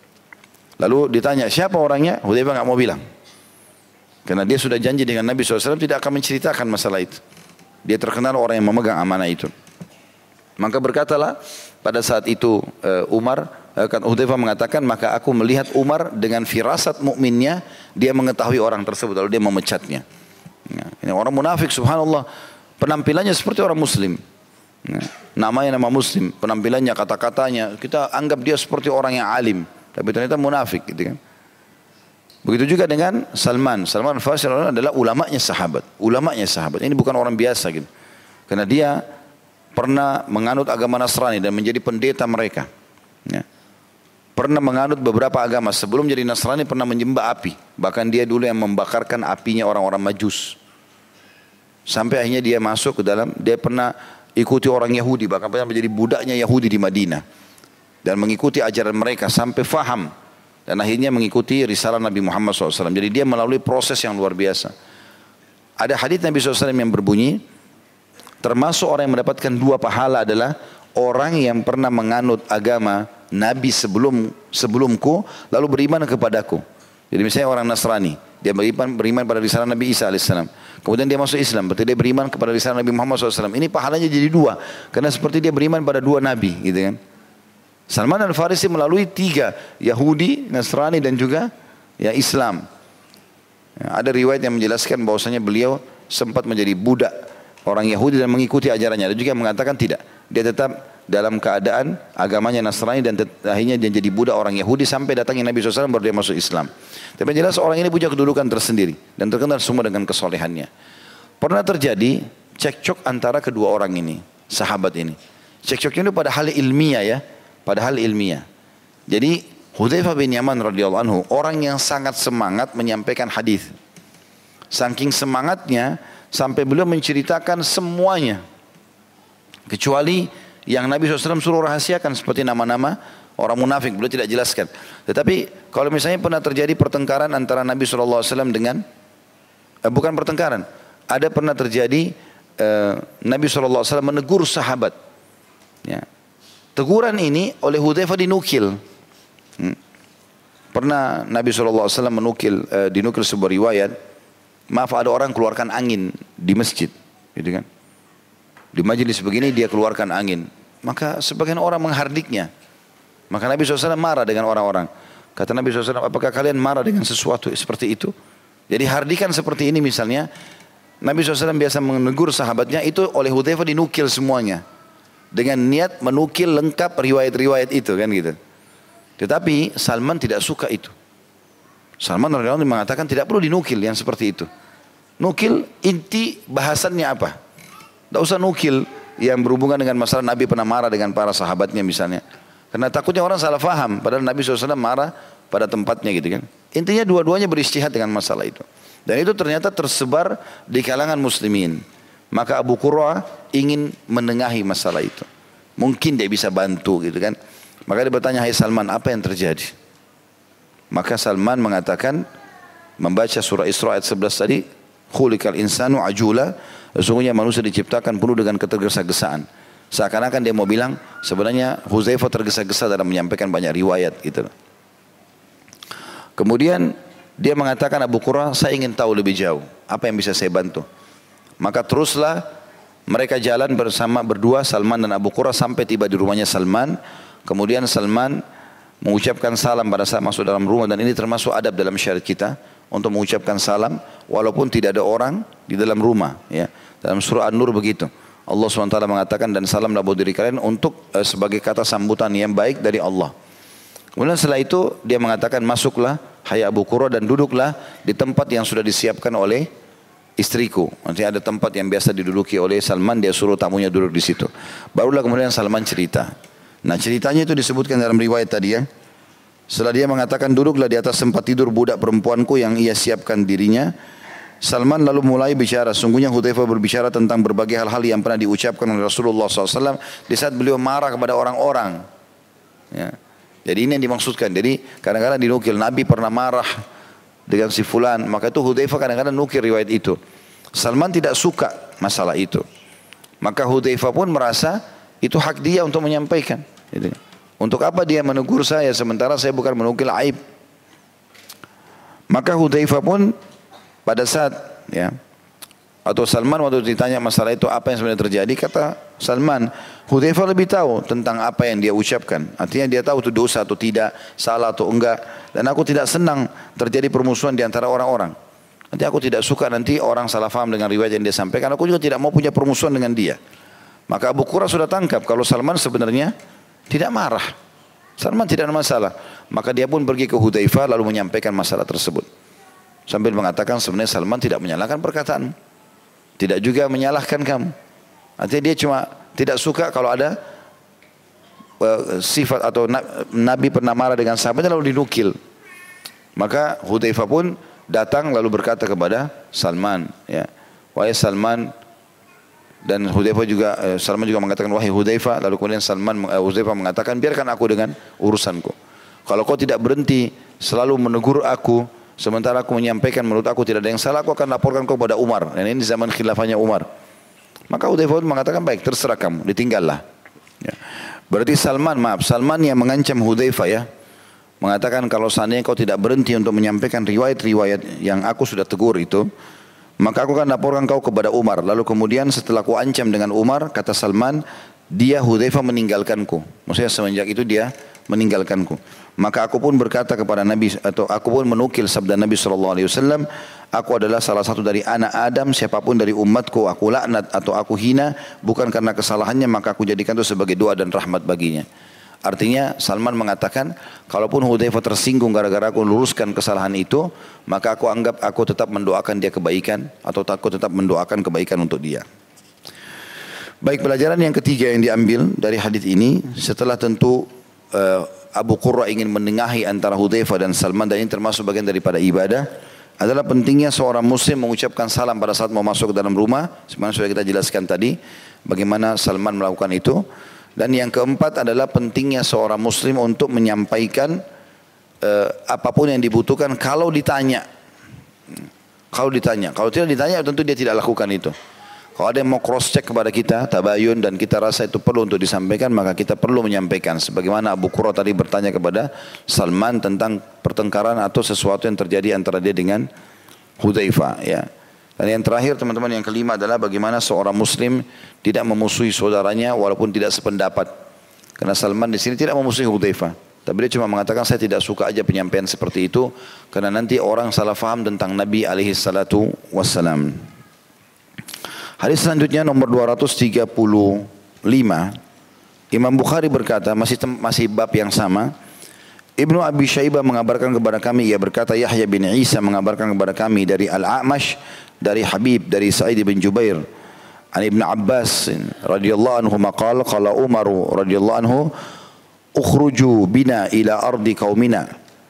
Lalu ditanya, "Siapa orangnya?" Hudzaifah enggak mau bilang. Karena dia sudah janji dengan Nabi shallallahu alaihi wasallam tidak akan menceritakan masalah itu. Dia terkenal orang yang memegang amanah itu. Maka berkatalah pada saat itu uh, Umar, uh, kan Hudzaifah mengatakan, maka aku melihat Umar dengan firasat mukminnya, dia mengetahui orang tersebut lalu dia memecatnya. Ya, ini orang munafik, subhanallah, penampilannya seperti orang muslim. Ya, namanya nama muslim, penampilannya, kata-katanya, kita anggap dia seperti orang yang alim, tapi ternyata munafik gitu kan. Begitu juga dengan Salman. Salman Al-Farisi adalah ulamanya sahabat. Ulamanya sahabat. Ini bukan orang biasa gitu. Karena dia pernah menganut agama Nasrani dan menjadi pendeta mereka. Ya. Pernah menganut beberapa agama. Sebelum jadi Nasrani pernah menyembah api. Bahkan dia dulu yang membakarkan apinya orang-orang Majus. Sampai akhirnya dia masuk ke dalam. Dia pernah ikuti orang Yahudi. Bahkan pernah menjadi budaknya Yahudi di Madinah. Dan mengikuti ajaran mereka sampai faham. Dan akhirnya mengikuti risalah Nabi Muhammad shallallahu alaihi wasallam. Jadi dia melalui proses yang luar biasa. Ada hadits Nabi shallallahu alaihi wasallam yang berbunyi, termasuk orang yang mendapatkan dua pahala adalah orang yang pernah menganut agama Nabi sebelum sebelumku, lalu beriman kepadaku. Jadi misalnya orang Nasrani, dia beriman, beriman pada risalah Nabi Isa alaihissalam. Kemudian dia masuk Islam, berarti dia beriman kepada risalah Nabi Muhammad shallallahu alaihi wasallam. Ini pahalanya jadi dua, karena seperti dia beriman pada dua Nabi, gitu kan. Salman Al-Farisi melalui tiga, Yahudi, Nasrani dan juga ya Islam. Ya, ada riwayat yang menjelaskan bahwasanya beliau sempat menjadi budak orang Yahudi dan mengikuti ajarannya. Ada juga yang mengatakan tidak, dia tetap dalam keadaan agamanya Nasrani dan akhirnya dia jadi budak orang Yahudi sampai datangnya Nabi shallallahu alaihi wasallam baru dia masuk Islam. Tapi jelas orang ini punya kedudukan tersendiri dan terkenal semua dengan kesolehannya. Pernah terjadi cekcok antara kedua orang ini, sahabat ini. Cekcoknya itu pada hal ilmiah ya. Padahal ilmiah. Jadi Hudzaifah bin Yaman radhiyallahu anhu orang yang sangat semangat menyampaikan hadis. Saking semangatnya sampai beliau menceritakan semuanya. Kecuali yang Nabi shallallahu alaihi wasallam suruh rahasiakan seperti nama-nama orang munafik, beliau tidak jelaskan. Tetapi kalau misalnya pernah terjadi pertengkaran antara Nabi shallallahu alaihi wasallam dengan eh, bukan pertengkaran, ada pernah terjadi eh, Nabi shallallahu alaihi wasallam menegur sahabat. Ya. Teguran ini oleh Hudzaifah dinukil. Hmm. Pernah Nabi shallallahu alaihi wasallam menukil, uh, dinukil sebuah riwayat, maaf ada orang keluarkan angin di masjid, gitu kan? Di majelis begini dia keluarkan angin, maka sebagian orang menghardiknya. Maka Nabi shallallahu alaihi wasallam marah dengan orang-orang. Kata Nabi shallallahu alaihi wasallam, apakah kalian marah dengan sesuatu seperti itu? Jadi hardikan seperti ini misalnya, Nabi shallallahu alaihi wasallam biasa menegur sahabatnya, itu oleh Hudzaifah dinukil semuanya. Dengan niat menukil lengkap riwayat-riwayat itu kan gitu. Tetapi Salman tidak suka itu. Salman radhiyallahu anhu mengatakan tidak perlu dinukil yang seperti itu. Nukil inti bahasannya apa? Tidak usah nukil yang berhubungan dengan masalah Nabi pernah marah dengan para sahabatnya misalnya. Karena takutnya orang salah faham. Padahal Nabi shallallahu alaihi wasallam marah pada tempatnya gitu kan. Intinya dua-duanya beristihad dengan masalah itu. Dan itu ternyata tersebar di kalangan muslimin. Maka Abu Qurrah ingin menengahi masalah itu. Mungkin dia bisa bantu gitu kan. Maka dia bertanya, hai Salman, apa yang terjadi? Maka Salman mengatakan, membaca surah Isra ayat sebelas tadi, khuliqal insanu ajula, sesungguhnya manusia diciptakan penuh dengan ketergesa-gesaan. Seakan-akan dia mau bilang, sebenarnya Hudzaifah tergesa-gesa dalam menyampaikan banyak riwayat gitu. Kemudian dia mengatakan, Abu Qurrah, saya ingin tahu lebih jauh, apa yang bisa saya bantu? Maka teruslah mereka jalan bersama berdua, Salman dan Abu Qurrah, sampai tiba di rumahnya Salman. Kemudian Salman mengucapkan salam pada saat masuk dalam rumah, dan ini termasuk adab dalam syariat kita untuk mengucapkan salam walaupun tidak ada orang di dalam rumah ya. Dalam surah An-Nur begitu. Allah subhanahu wa taala mengatakan dan salamlah buat diri kalian untuk uh, sebagai kata sambutan yang baik dari Allah. Kemudian setelah itu dia mengatakan masuklah hai Abu Qurrah dan duduklah di tempat yang sudah disiapkan oleh istriku. Nanti ada tempat yang biasa diduduki oleh Salman, dia suruh tamunya duduk di situ. Barulah kemudian Salman cerita. Nah ceritanya itu disebutkan dalam riwayat tadi ya. Setelah dia mengatakan duduklah di atas tempat tidur budak perempuanku yang ia siapkan dirinya. Salman lalu mulai bicara. Sungguhnya Hudzaifah berbicara tentang berbagai hal-hal yang pernah diucapkan oleh Rasulullah shallallahu alaihi wasallam di saat beliau marah kepada orang-orang. Ya. Jadi ini yang dimaksudkan. Jadi kadang-kadang dinukil Nabi pernah marah dengan si fulan. Maka itu Hudzaifah kadang-kadang nukil riwayat itu. Salman tidak suka masalah itu. Maka Hudzaifah pun merasa itu hak dia untuk menyampaikan. Gitu. Untuk apa dia menegur saya sementara saya bukan menukil aib. Maka Hudzaifah pun pada saat ya atau Salman waktu ditanya masalah itu apa yang sebenarnya terjadi, kata Salman, Hudzaifah lebih tahu tentang apa yang dia ucapkan. Artinya dia tahu itu dosa atau tidak, salah atau enggak. Dan aku tidak senang terjadi permusuhan di antara orang-orang. Nanti aku tidak suka nanti orang salah faham dengan riwayat yang dia sampaikan. Aku juga tidak mau punya permusuhan dengan dia. Maka Abu Qurrah sudah tangkap kalau Salman sebenarnya tidak marah. Salman tidak ada masalah. Maka dia pun pergi ke Hudzaifah lalu menyampaikan masalah tersebut. Sambil mengatakan sebenarnya Salman tidak menyalahkan perkataan, tidak juga menyalahkan kamu. Artinya dia cuma tidak suka kalau ada uh, sifat atau Nabi pernah marah dengan sahabatnya lalu dinukil. Maka Hudzaifah pun datang lalu berkata kepada Salman, ya, wahai Salman, dan Hudzaifah juga uh, Salman juga mengatakan wahai Hudzaifah, lalu kemudian Salman uh, Hudzaifah mengatakan biarkan aku dengan urusanku. Kalau kau tidak berhenti selalu menegur aku sementara aku menyampaikan menurut aku tidak ada yang salah, aku akan laporkan kau kepada Umar. Dan ini zaman khilafahnya Umar. Maka Hudzaifah mengatakan baik, terserah kamu, ditinggallah. Ya. Berarti Salman, maaf, Salman yang mengancam Hudzaifah ya, mengatakan kalau seandainya kau tidak berhenti untuk menyampaikan riwayat-riwayat yang aku sudah tegur itu, maka aku akan laporkan kau kepada Umar. Lalu kemudian setelah aku ancam dengan Umar, kata Salman, dia Hudzaifah meninggalkanku. Maksudnya semenjak itu dia meninggalkanku. Maka aku pun berkata kepada Nabi, atau aku pun menukil sabda Nabi shallallahu alaihi wasallam, aku adalah salah satu dari anak Adam, siapapun dari umatku aku laknat atau aku hina bukan karena kesalahannya, maka aku jadikan itu sebagai doa dan rahmat baginya. Artinya Salman mengatakan kalaupun Hudzaifah tersinggung gara-gara aku luruskan kesalahan itu, maka aku anggap aku tetap mendoakan dia kebaikan, atau aku tetap mendoakan kebaikan untuk dia. Baik, pelajaran yang ketiga yang diambil dari hadis ini, setelah tentu uh, Abu Qurrah ingin menengahi antara Hudzaifah dan Salman, dan ini termasuk bagian daripada ibadah, adalah pentingnya seorang muslim mengucapkan salam pada saat mau masuk ke dalam rumah. Sebenarnya sudah kita jelaskan tadi bagaimana Salman melakukan itu. Dan yang keempat adalah pentingnya seorang muslim untuk menyampaikan uh, apapun yang dibutuhkan kalau ditanya. Kalau ditanya, kalau tidak ditanya tentu dia tidak lakukan itu. Kalau ada yang mau cross check kepada kita, tabayun, dan kita rasa itu perlu untuk disampaikan, maka kita perlu menyampaikan. Sebagaimana Abu Qurrah tadi bertanya kepada Salman tentang pertengkaran atau sesuatu yang terjadi antara dia dengan Hudzaifah. Ya. Dan yang terakhir teman-teman, yang kelima adalah bagaimana seorang muslim tidak memusuhi saudaranya walaupun tidak sependapat. Karena Salman di sini tidak memusuhi Hudzaifah, tapi dia cuma mengatakan saya tidak suka aja penyampaian seperti itu, karena nanti orang salah faham tentang Nabi alaihi salatu wassalam. Hadis selanjutnya nomor dua ratus tiga puluh lima. Imam Bukhari berkata, masih masih bab yang sama. Ibnu Abi Syaibah mengabarkan kepada kami, ia berkata Yahya bin Isa mengabarkan kepada kami dari Al-A'mash, dari Habib, dari Sa'id bin Jubair, an Ibn Abbas radhiyallahu anhu maqala qala Umar radhiyallahu anhu ukhruju bina ila ardi qaumina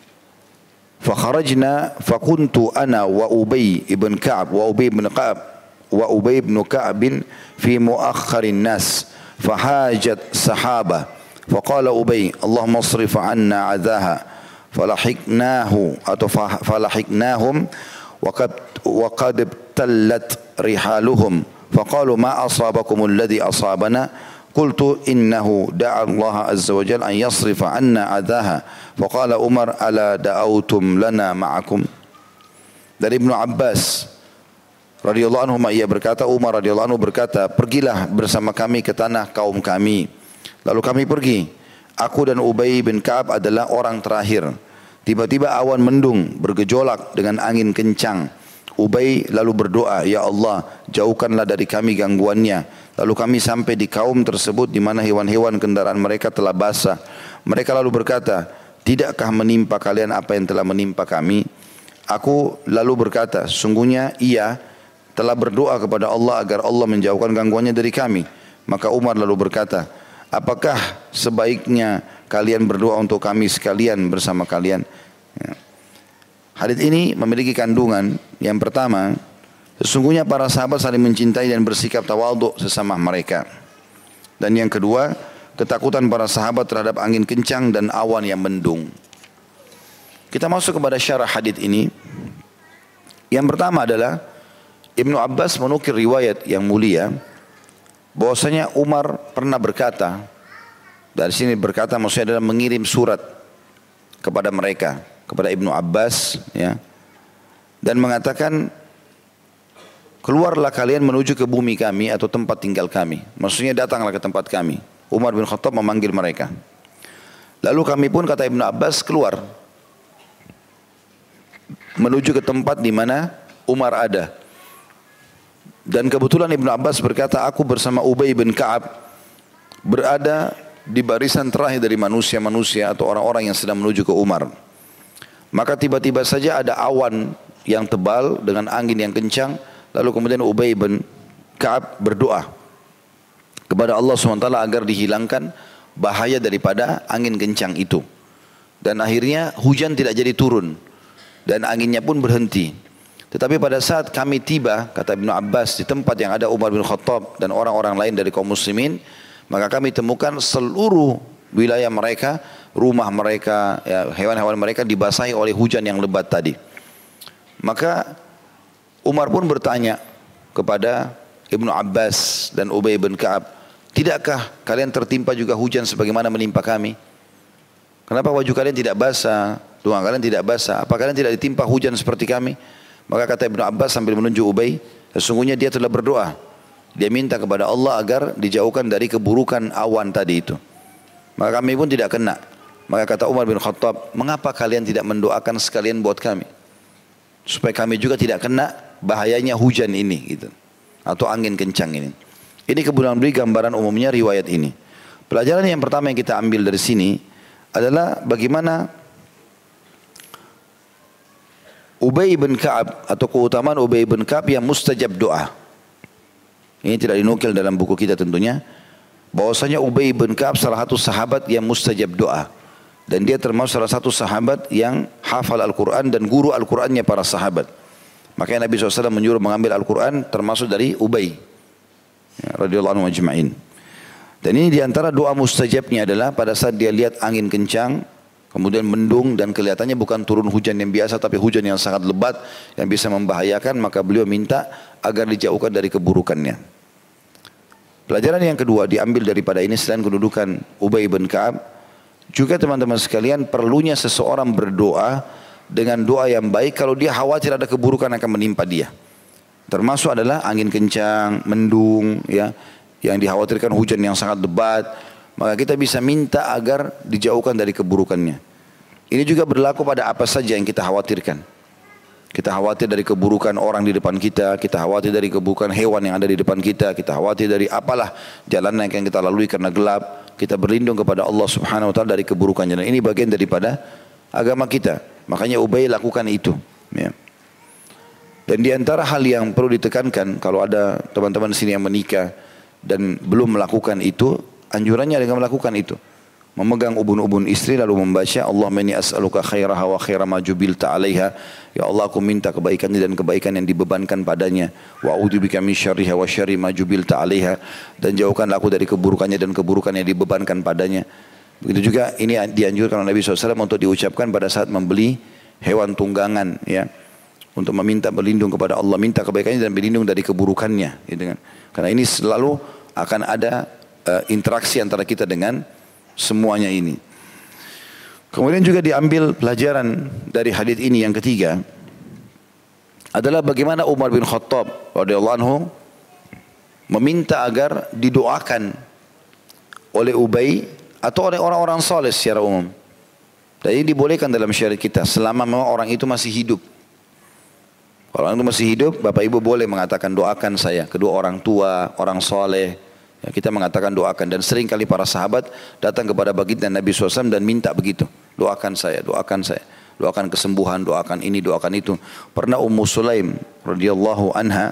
fakharajna fakuntu ana wa Ubay ibn Ka'ab wa Ubay ibn Ka'ab wa Ubay bin Ka'ab fi muakhirin nas fahajat sahaba faqala Ubay Allahumma asrif 'anna 'adhaha falahiknahu atau falahiknahum wa qad wa qad tallat rihaluhum faqalu ma asabakum alladhi asabana qultu innahu da'a Allah azza wa jalla an yasrifa 'anna 'adhaha faqala Umar ala da'autum lana ma'akum. Dari Ibnu Abbas radhiyallahu anhu, ia berkata, Umar radhiyallahu anhu berkata, pergilah bersama kami ke tanah kaum kami. Lalu kami pergi. Aku dan Ubay bin Ka'ab adalah orang terakhir. Tiba-tiba awan mendung bergejolak dengan angin kencang. Ubay lalu berdoa, "Ya Allah, jauhkanlah dari kami gangguannya." Lalu kami sampai di kaum tersebut di mana hewan-hewan kendaraan mereka telah basah. Mereka lalu berkata, "Tidakkah menimpa kalian apa yang telah menimpa kami?" Aku lalu berkata, "Sungguhnya iya, telah berdoa kepada Allah agar Allah menjauhkan gangguannya dari kami." Maka Umar lalu berkata, "Apakah sebaiknya kalian berdoa untuk kami sekalian bersama kalian?" Ya. Hadits ini memiliki kandungan. Yang pertama, sesungguhnya para sahabat saling mencintai dan bersikap tawadhu sesama mereka. Dan yang kedua, ketakutan para sahabat terhadap angin kencang dan awan yang mendung. Kita masuk kepada syarah hadits ini. Yang pertama adalah Ibnu Abbas menukil riwayat yang mulia bahwasanya Umar pernah berkata, dari sini berkata maksudnya adalah mengirim surat kepada mereka, kepada Ibnu Abbas, ya, dan mengatakan, "Keluarlah kalian menuju ke bumi kami atau tempat tinggal kami." Maksudnya datanglah ke tempat kami. Umar bin Khattab memanggil mereka. Lalu kami pun, kata Ibnu Abbas, keluar menuju ke tempat di mana Umar ada. Dan kebetulan Ibnu Abbas berkata, "Aku bersama Ubay bin Ka'ab berada di barisan terakhir dari manusia-manusia atau orang-orang yang sedang menuju ke Umar. Maka tiba-tiba saja ada awan yang tebal dengan angin yang kencang. Lalu kemudian Ubay bin Ka'ab berdoa kepada Allah subhanahu wa taala agar dihilangkan bahaya daripada angin kencang itu. Dan akhirnya hujan tidak jadi turun dan anginnya pun berhenti. Tetapi pada saat kami tiba, kata Ibnu Abbas, di tempat yang ada Umar bin Khattab dan orang-orang lain dari kaum muslimin, maka kami temukan seluruh wilayah mereka, rumah mereka, ya, hewan-hewan mereka dibasahi oleh hujan yang lebat tadi. Maka Umar pun bertanya kepada Ibnu Abbas dan Ubay bin Ka'ab, "Tidakkah kalian tertimpa juga hujan sebagaimana menimpa kami? Kenapa wajah kalian tidak basah, tulang kalian tidak basah? Apa kalian tidak ditimpa hujan seperti kami?" Maka kata Ibnu Abbas sambil menunjuk Ubay, "Sesungguhnya dia telah berdoa. Dia minta kepada Allah agar dijauhkan dari keburukan awan tadi itu. Maka kami pun tidak kena." Maka kata Umar bin Khattab, "Mengapa kalian tidak mendoakan sekalian buat kami? Supaya kami juga tidak kena bahayanya hujan ini gitu, atau angin kencang ini." Ini kemudian beri gambaran umumnya riwayat ini. Pelajaran yang pertama yang kita ambil dari sini adalah bagaimana Ubay bin Ka'ab atau keutamaan Ubay bin Ka'ab yang mustajab doa. Ini tidak dinukil dalam buku kita tentunya. Bahwasanya Ubay bin Ka'ab salah satu sahabat yang mustajab doa. Dan dia termasuk salah satu sahabat yang hafal Al-Quran dan guru Al-Qurannya para sahabat. Makanya Nabi shallallahu alaihi wasallam menyuruh mengambil Al-Quran termasuk dari Ubay, ya, radhiyallahu anhu ajma'in. Dan ini diantara doa mustajabnya adalah pada saat dia lihat angin kencang, kemudian mendung dan kelihatannya bukan turun hujan yang biasa tapi hujan yang sangat lebat yang bisa membahayakan, maka beliau minta agar dijauhkan dari keburukannya. Pelajaran yang kedua diambil daripada ini selain kedudukan Ubay bin Ka'ab, juga teman-teman sekalian perlunya seseorang berdoa dengan doa yang baik kalau dia khawatir ada keburukan akan menimpa dia. Termasuk adalah angin kencang, mendung, ya, yang dikhawatirkan hujan yang sangat lebat, maka kita bisa minta agar dijauhkan dari keburukannya. Ini juga berlaku pada apa saja yang kita khawatirkan. Kita khawatir dari keburukan orang di depan kita, kita khawatir dari keburukan hewan yang ada di depan kita, kita khawatir dari apalah jalan yang kita lalui karena gelap, kita berlindung kepada Allah subhanahu wa ta'ala dari keburukannya. Dan ini bagian daripada agama kita. Makanya Ubay lakukan itu. Ya. Dan di antara hal yang perlu ditekankan, kalau ada teman-teman di sini yang menikah dan belum melakukan itu, anjurannya dengan melakukan itu. Memegang ubun-ubun istri lalu membaca, Allahumma inni as'aluka khairaha wa khaira ma jubilta 'alaiha. Ya Allah, aku minta kebaikannya dan kebaikan yang dibebankan padanya. Wa a'udzubika min syarriha wa syarri ma jubilta 'alaiha. Dan jauhkanlah aku dari keburukannya dan keburukan yang dibebankan padanya. Begitu juga ini dianjurkan oleh Nabi shallallahu alaihi wasallam untuk diucapkan pada saat membeli hewan tunggangan, ya. Untuk meminta berlindung kepada Allah, minta kebaikannya dan berlindung dari keburukannya, gitu kan. Karena ini selalu akan ada uh, interaksi antara kita dengan semuanya ini. Kemudian juga diambil pelajaran dari hadis ini yang ketiga adalah bagaimana Umar bin Khattab radhiyallahu anhu meminta agar didoakan oleh Ubay atau oleh orang-orang saleh secara umum. Dan ini dibolehkan dalam syariat kita selama memang orang itu masih hidup. Kalau orang itu masih hidup, bapak ibu boleh mengatakan doakan saya. Kedua orang tua, orang soleh, ya, kita mengatakan doakan. Dan sering kali para sahabat datang kepada baginda Nabi shallallahu alaihi wasallam dan minta begitu. Doakan saya, doakan saya. Doakan kesembuhan, doakan ini, doakan itu. Pernah Ummu Sulaim radhiyallahu anha,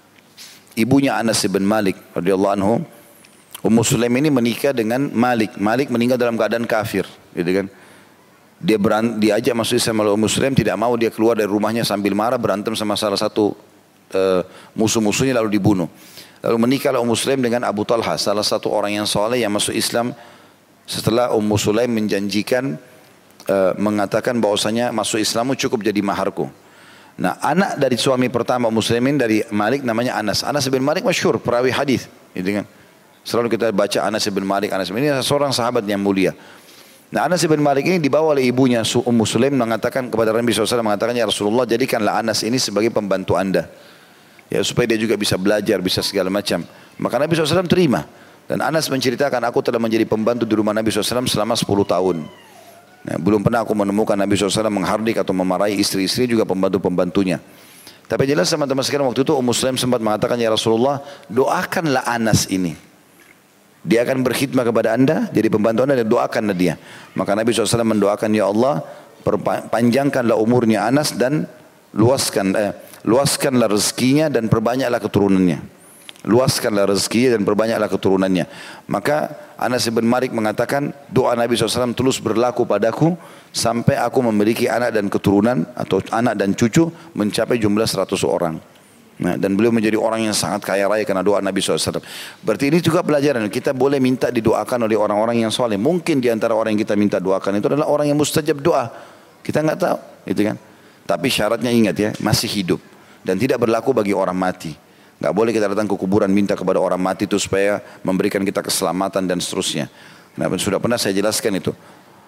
ibunya Anas bin Malik radhiyallahu anhu, Ummu Sulaim ini menikah dengan Malik. Malik meninggal dalam keadaan kafir, gitu kan. Dia berant, diajak masuk Islam oleh Ummu Sulaim, tidak mau, dia keluar dari rumahnya sambil marah, berantem sama salah satu uh, musuh-musuhnya lalu dibunuh. Lalu menikahlah Ummu Sulaim dengan Abu Talha, salah satu orang yang soleh yang masuk Islam setelah Ummu Sulaim menjanjikan uh, mengatakan bahwasanya masuk Islam cukup jadi maharku. Nah, anak dari suami pertama Ummu Sulaim ini dari Malik namanya Anas. Anas bin Malik masyhur perawi hadis, gitu kan. Selalu kita baca Anas bin Malik, Anas bin Malik ini seorang sahabat yang mulia. Nah, Anas bin Malik ini dibawa oleh ibunya Ummu Sulaim mengatakan kepada Nabi shallallahu alaihi wasallam, mengatakan, ya Rasulullah, jadikanlah Anas ini sebagai pembantu anda, ya, supaya dia juga bisa belajar, bisa segala macam. Maka Nabi shallallahu alaihi wasallam terima. Dan Anas menceritakan, aku telah menjadi pembantu di rumah Nabi shallallahu alaihi wasallam selama sepuluh tahun. Nah, belum pernah aku menemukan Nabi shallallahu alaihi wasallam menghardik atau memarahi istri-istri juga pembantu-pembantunya. Tapi jelas teman-teman sekalian, waktu itu Ummu Sulaim sempat mengatakan, ya Rasulullah, doakanlah Anas ini. Dia akan berkhidmat kepada anda, jadi pembantu anda, dan doakanlah dia. Maka Nabi shallallahu alaihi wasallam mendoakan, ya Allah, panjangkanlah umurnya Anas dan luaskan, eh, luaskanlah rezekinya dan perbanyaklah keturunannya. Luaskanlah rezekinya dan perbanyaklah keturunannya. Maka Anas bin Malik mengatakan, doa Nabi shallallahu alaihi wasallam terus berlaku padaku sampai aku memiliki anak dan keturunan atau anak dan cucu mencapai jumlah seratus orang. Nah, dan beliau menjadi orang yang sangat kaya raya karena doa Nabi shallallahu alaihi wasallam. Berarti ini juga pelajaran, kita boleh minta didoakan oleh orang-orang yang soleh. Mungkin di antara orang yang kita minta doakan itu adalah orang yang mustajab doa. Kita nggak tahu, gitu kan. Tapi syaratnya ingat ya, masih hidup dan tidak berlaku bagi orang mati. Nggak boleh kita datang ke kuburan minta kepada orang mati itu supaya memberikan kita keselamatan dan seterusnya. Nah, sudah pernah saya jelaskan itu.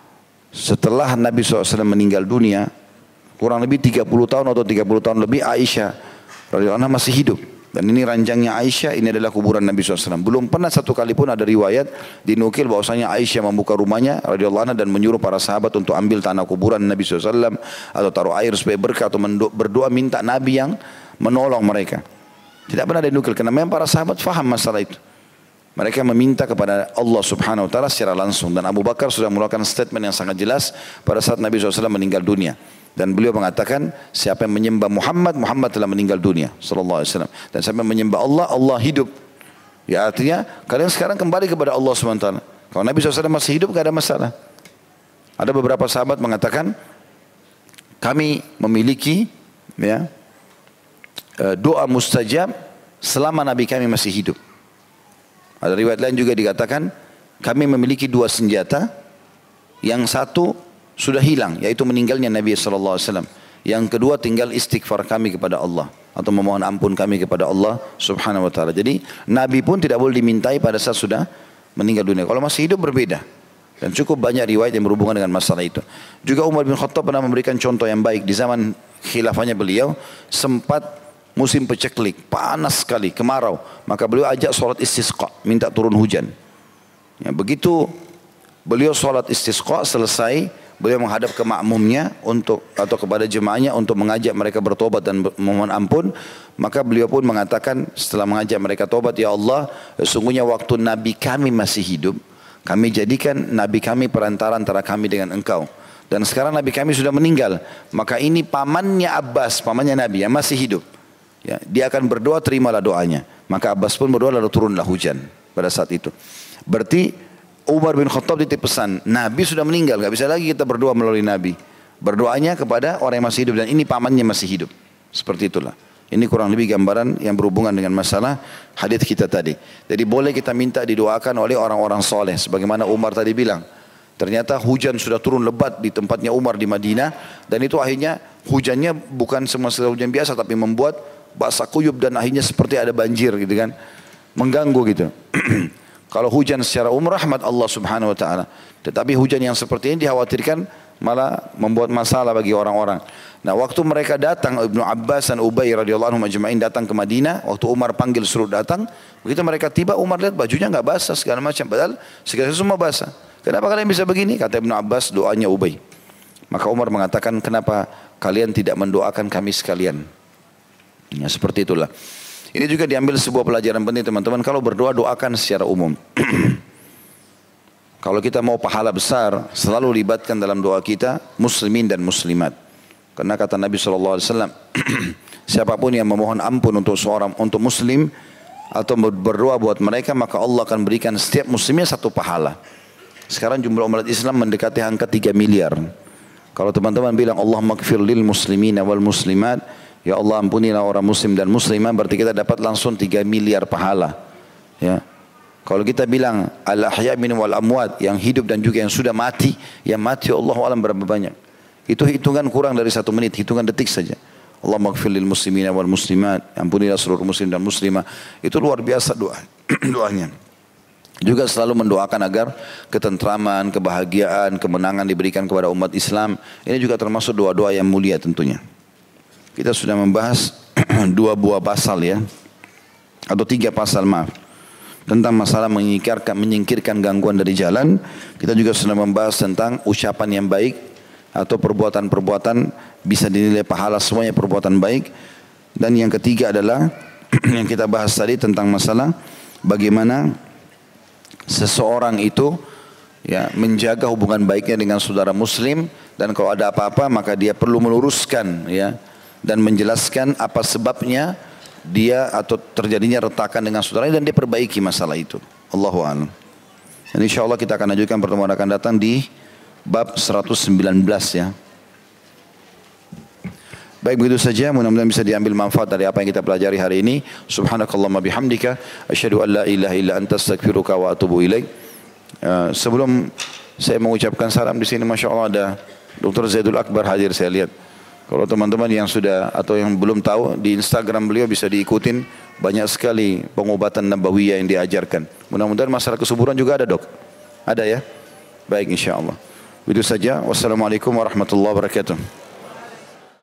Setelah Nabi shallallahu alaihi wasallam meninggal dunia, kurang lebih tiga puluh tahun atau tiga puluh tahun lebih, Aisyah radhiyallahu anha masih hidup. Dan ini ranjangnya Aisyah, ini adalah kuburan Nabi shallallahu alaihi wasallam. Belum pernah satu kali pun ada riwayat dinukil bahwasanya Aisyah membuka rumahnya radhiyallahu anha dan menyuruh para sahabat untuk ambil tanah kuburan Nabi shallallahu alaihi wasallam atau taruh air supaya berkah, atau berdoa minta Nabi yang menolong mereka. Tidak pernah dinukil, karena memang para sahabat faham masalah itu. Mereka meminta kepada Allah subhanahu wa ta'ala secara langsung. Dan Abu Bakar sudah mengeluarkan statement yang sangat jelas pada saat Nabi shallallahu alaihi wasallam meninggal dunia. Dan beliau mengatakan, siapa yang menyembah Muhammad, Muhammad telah meninggal dunia sallallahu alaihi wasallam. Dan siapa yang menyembah Allah, Allah hidup. Ya, artinya kalian sekarang kembali kepada Allah subhanahu wa taala. Kalau Nabi shallallahu alaihi wasallam masih hidup, tidak ada masalah. Ada beberapa sahabat mengatakan, kami memiliki ya, doa mustajab selama Nabi kami masih hidup. Ada riwayat lain juga dikatakan, kami memiliki dua senjata, yang satu sudah hilang, yaitu meninggalnya Nabi shallallahu alaihi wasallam. Yang kedua tinggal istighfar kami kepada Allah, atau memohon ampun kami kepada Allah subhanahu wa ta'ala. Jadi Nabi pun tidak boleh dimintai pada saat sudah meninggal dunia. Kalau masih hidup berbeda. Dan cukup banyak riwayat yang berhubungan dengan masalah itu. Juga Umar bin Khattab pernah memberikan contoh yang baik. Di zaman khilafahnya beliau, sempat musim peceklik, panas sekali, kemarau. Maka beliau ajak sholat istisqa, minta turun hujan. Ya, begitu beliau sholat istisqa selesai, beliau menghadap ke makmumnya untuk atau kepada jemaahnya untuk mengajak mereka bertobat dan memohon ampun. Maka beliau pun mengatakan setelah mengajak mereka tobat, ya Allah, sesungguhnya waktu Nabi kami masih hidup, kami jadikan Nabi kami perantara antara kami dengan engkau. Dan sekarang Nabi kami sudah meninggal, maka ini pamannya Abbas, pamannya Nabi yang masih hidup. Ya, dia akan berdoa, terimalah doanya. Maka Abbas pun berdoa, lalu turunlah hujan pada saat itu. Berarti Umar bin Khattab titip pesan, Nabi sudah meninggal, gak bisa lagi kita berdoa melalui Nabi. Berdoanya kepada orang yang masih hidup, dan ini pamannya masih hidup. Seperti itulah. Ini kurang lebih gambaran yang berhubungan dengan masalah hadits kita tadi. Jadi boleh kita minta didoakan oleh orang-orang soleh. Sebagaimana Umar tadi bilang. Ternyata hujan sudah turun lebat di tempatnya Umar di Madinah. Dan itu akhirnya hujannya bukan semua hujan biasa, tapi membuat basah kuyup dan akhirnya seperti ada banjir gitu kan. Mengganggu gitu. Kalau hujan secara umum rahmat Allah subhanahu wa ta'ala. Tetapi hujan yang seperti ini dikhawatirkan malah membuat masalah bagi orang-orang. Nah, waktu mereka datang, Ibnu Abbas dan Ubay radhiyallahu anhum ajma'in datang ke Madinah, waktu Umar panggil suruh datang, begitu mereka tiba, Umar lihat bajunya enggak basah segala macam, padahal segala semua basah. Kenapa kalian bisa begini? Kata Ibnu Abbas, doanya Ubay. Maka Umar mengatakan, kenapa kalian tidak mendoakan kami sekalian? Ya, seperti itulah. Ini juga diambil sebuah pelajaran penting teman-teman. Kalau berdoa, doakan secara umum. Kalau kita mau pahala besar, selalu libatkan dalam doa kita muslimin dan muslimat. Karena kata Nabi shallallahu alaihi wasallam, siapapun yang memohon ampun untuk seorang, untuk muslim, atau berdoa buat mereka, maka Allah akan berikan setiap muslimnya satu pahala. Sekarang jumlah umat Islam mendekati angka tiga miliar. Kalau teman-teman bilang Allahumma gfir lil muslimina wal muslimat, ya Allah ampunilah orang muslim dan muslimah, berarti kita dapat langsung tiga miliar pahala. Ya. Kalau kita bilang al-ahya min wal amwat, yang hidup dan juga yang sudah mati, yang mati Allah alam berapa banyak. Itu hitungan kurang dari satu menit, hitungan detik saja. Allahumma gfir lil muslimina wal muslimat, ampunilah seluruh muslim dan muslimah. Itu luar biasa doa doanya. Juga selalu mendoakan agar ketentraman, kebahagiaan, kemenangan diberikan kepada umat Islam. Ini juga termasuk doa-doa yang mulia tentunya. Kita sudah membahas dua buah pasal ya, atau tiga pasal maaf, tentang masalah menyingkirkan, menyingkirkan gangguan dari jalan. Kita juga sudah membahas tentang ucapan yang baik atau perbuatan-perbuatan bisa dinilai pahala, semuanya perbuatan baik. Dan yang ketiga adalah yang kita bahas tadi tentang masalah bagaimana seseorang itu ya menjaga hubungan baiknya dengan saudara muslim, dan kalau ada apa-apa maka dia perlu meluruskan ya dan menjelaskan apa sebabnya dia atau terjadinya retakan dengan saudaranya, dan dia perbaiki masalah itu. Allahu a'lam. Dan insyaallah kita akan lanjutkan pertemuan akan datang di bab seratus sembilan belas ya. Baik, begitu saja, mudah-mudahan bisa diambil manfaat dari apa yang kita pelajari hari ini. Subhanakallahumma bihamdika asyhadu an la ilaha illa anta astaghfiruka wa atubu ilaik. Uh, sebelum saya mengucapkan salam di sini, Masya Allah ada Doktor Zaidul Akbar hadir saya lihat. Kalau teman-teman yang sudah atau yang belum tahu, di Instagram beliau bisa diikutin, banyak sekali pengobatan nabawiyah yang diajarkan. Mudah-mudahan masalah kesuburan juga ada, Dok. Ada ya? Baik, insya Allah. Itu saja. Wassalamualaikum warahmatullahi wabarakatuh.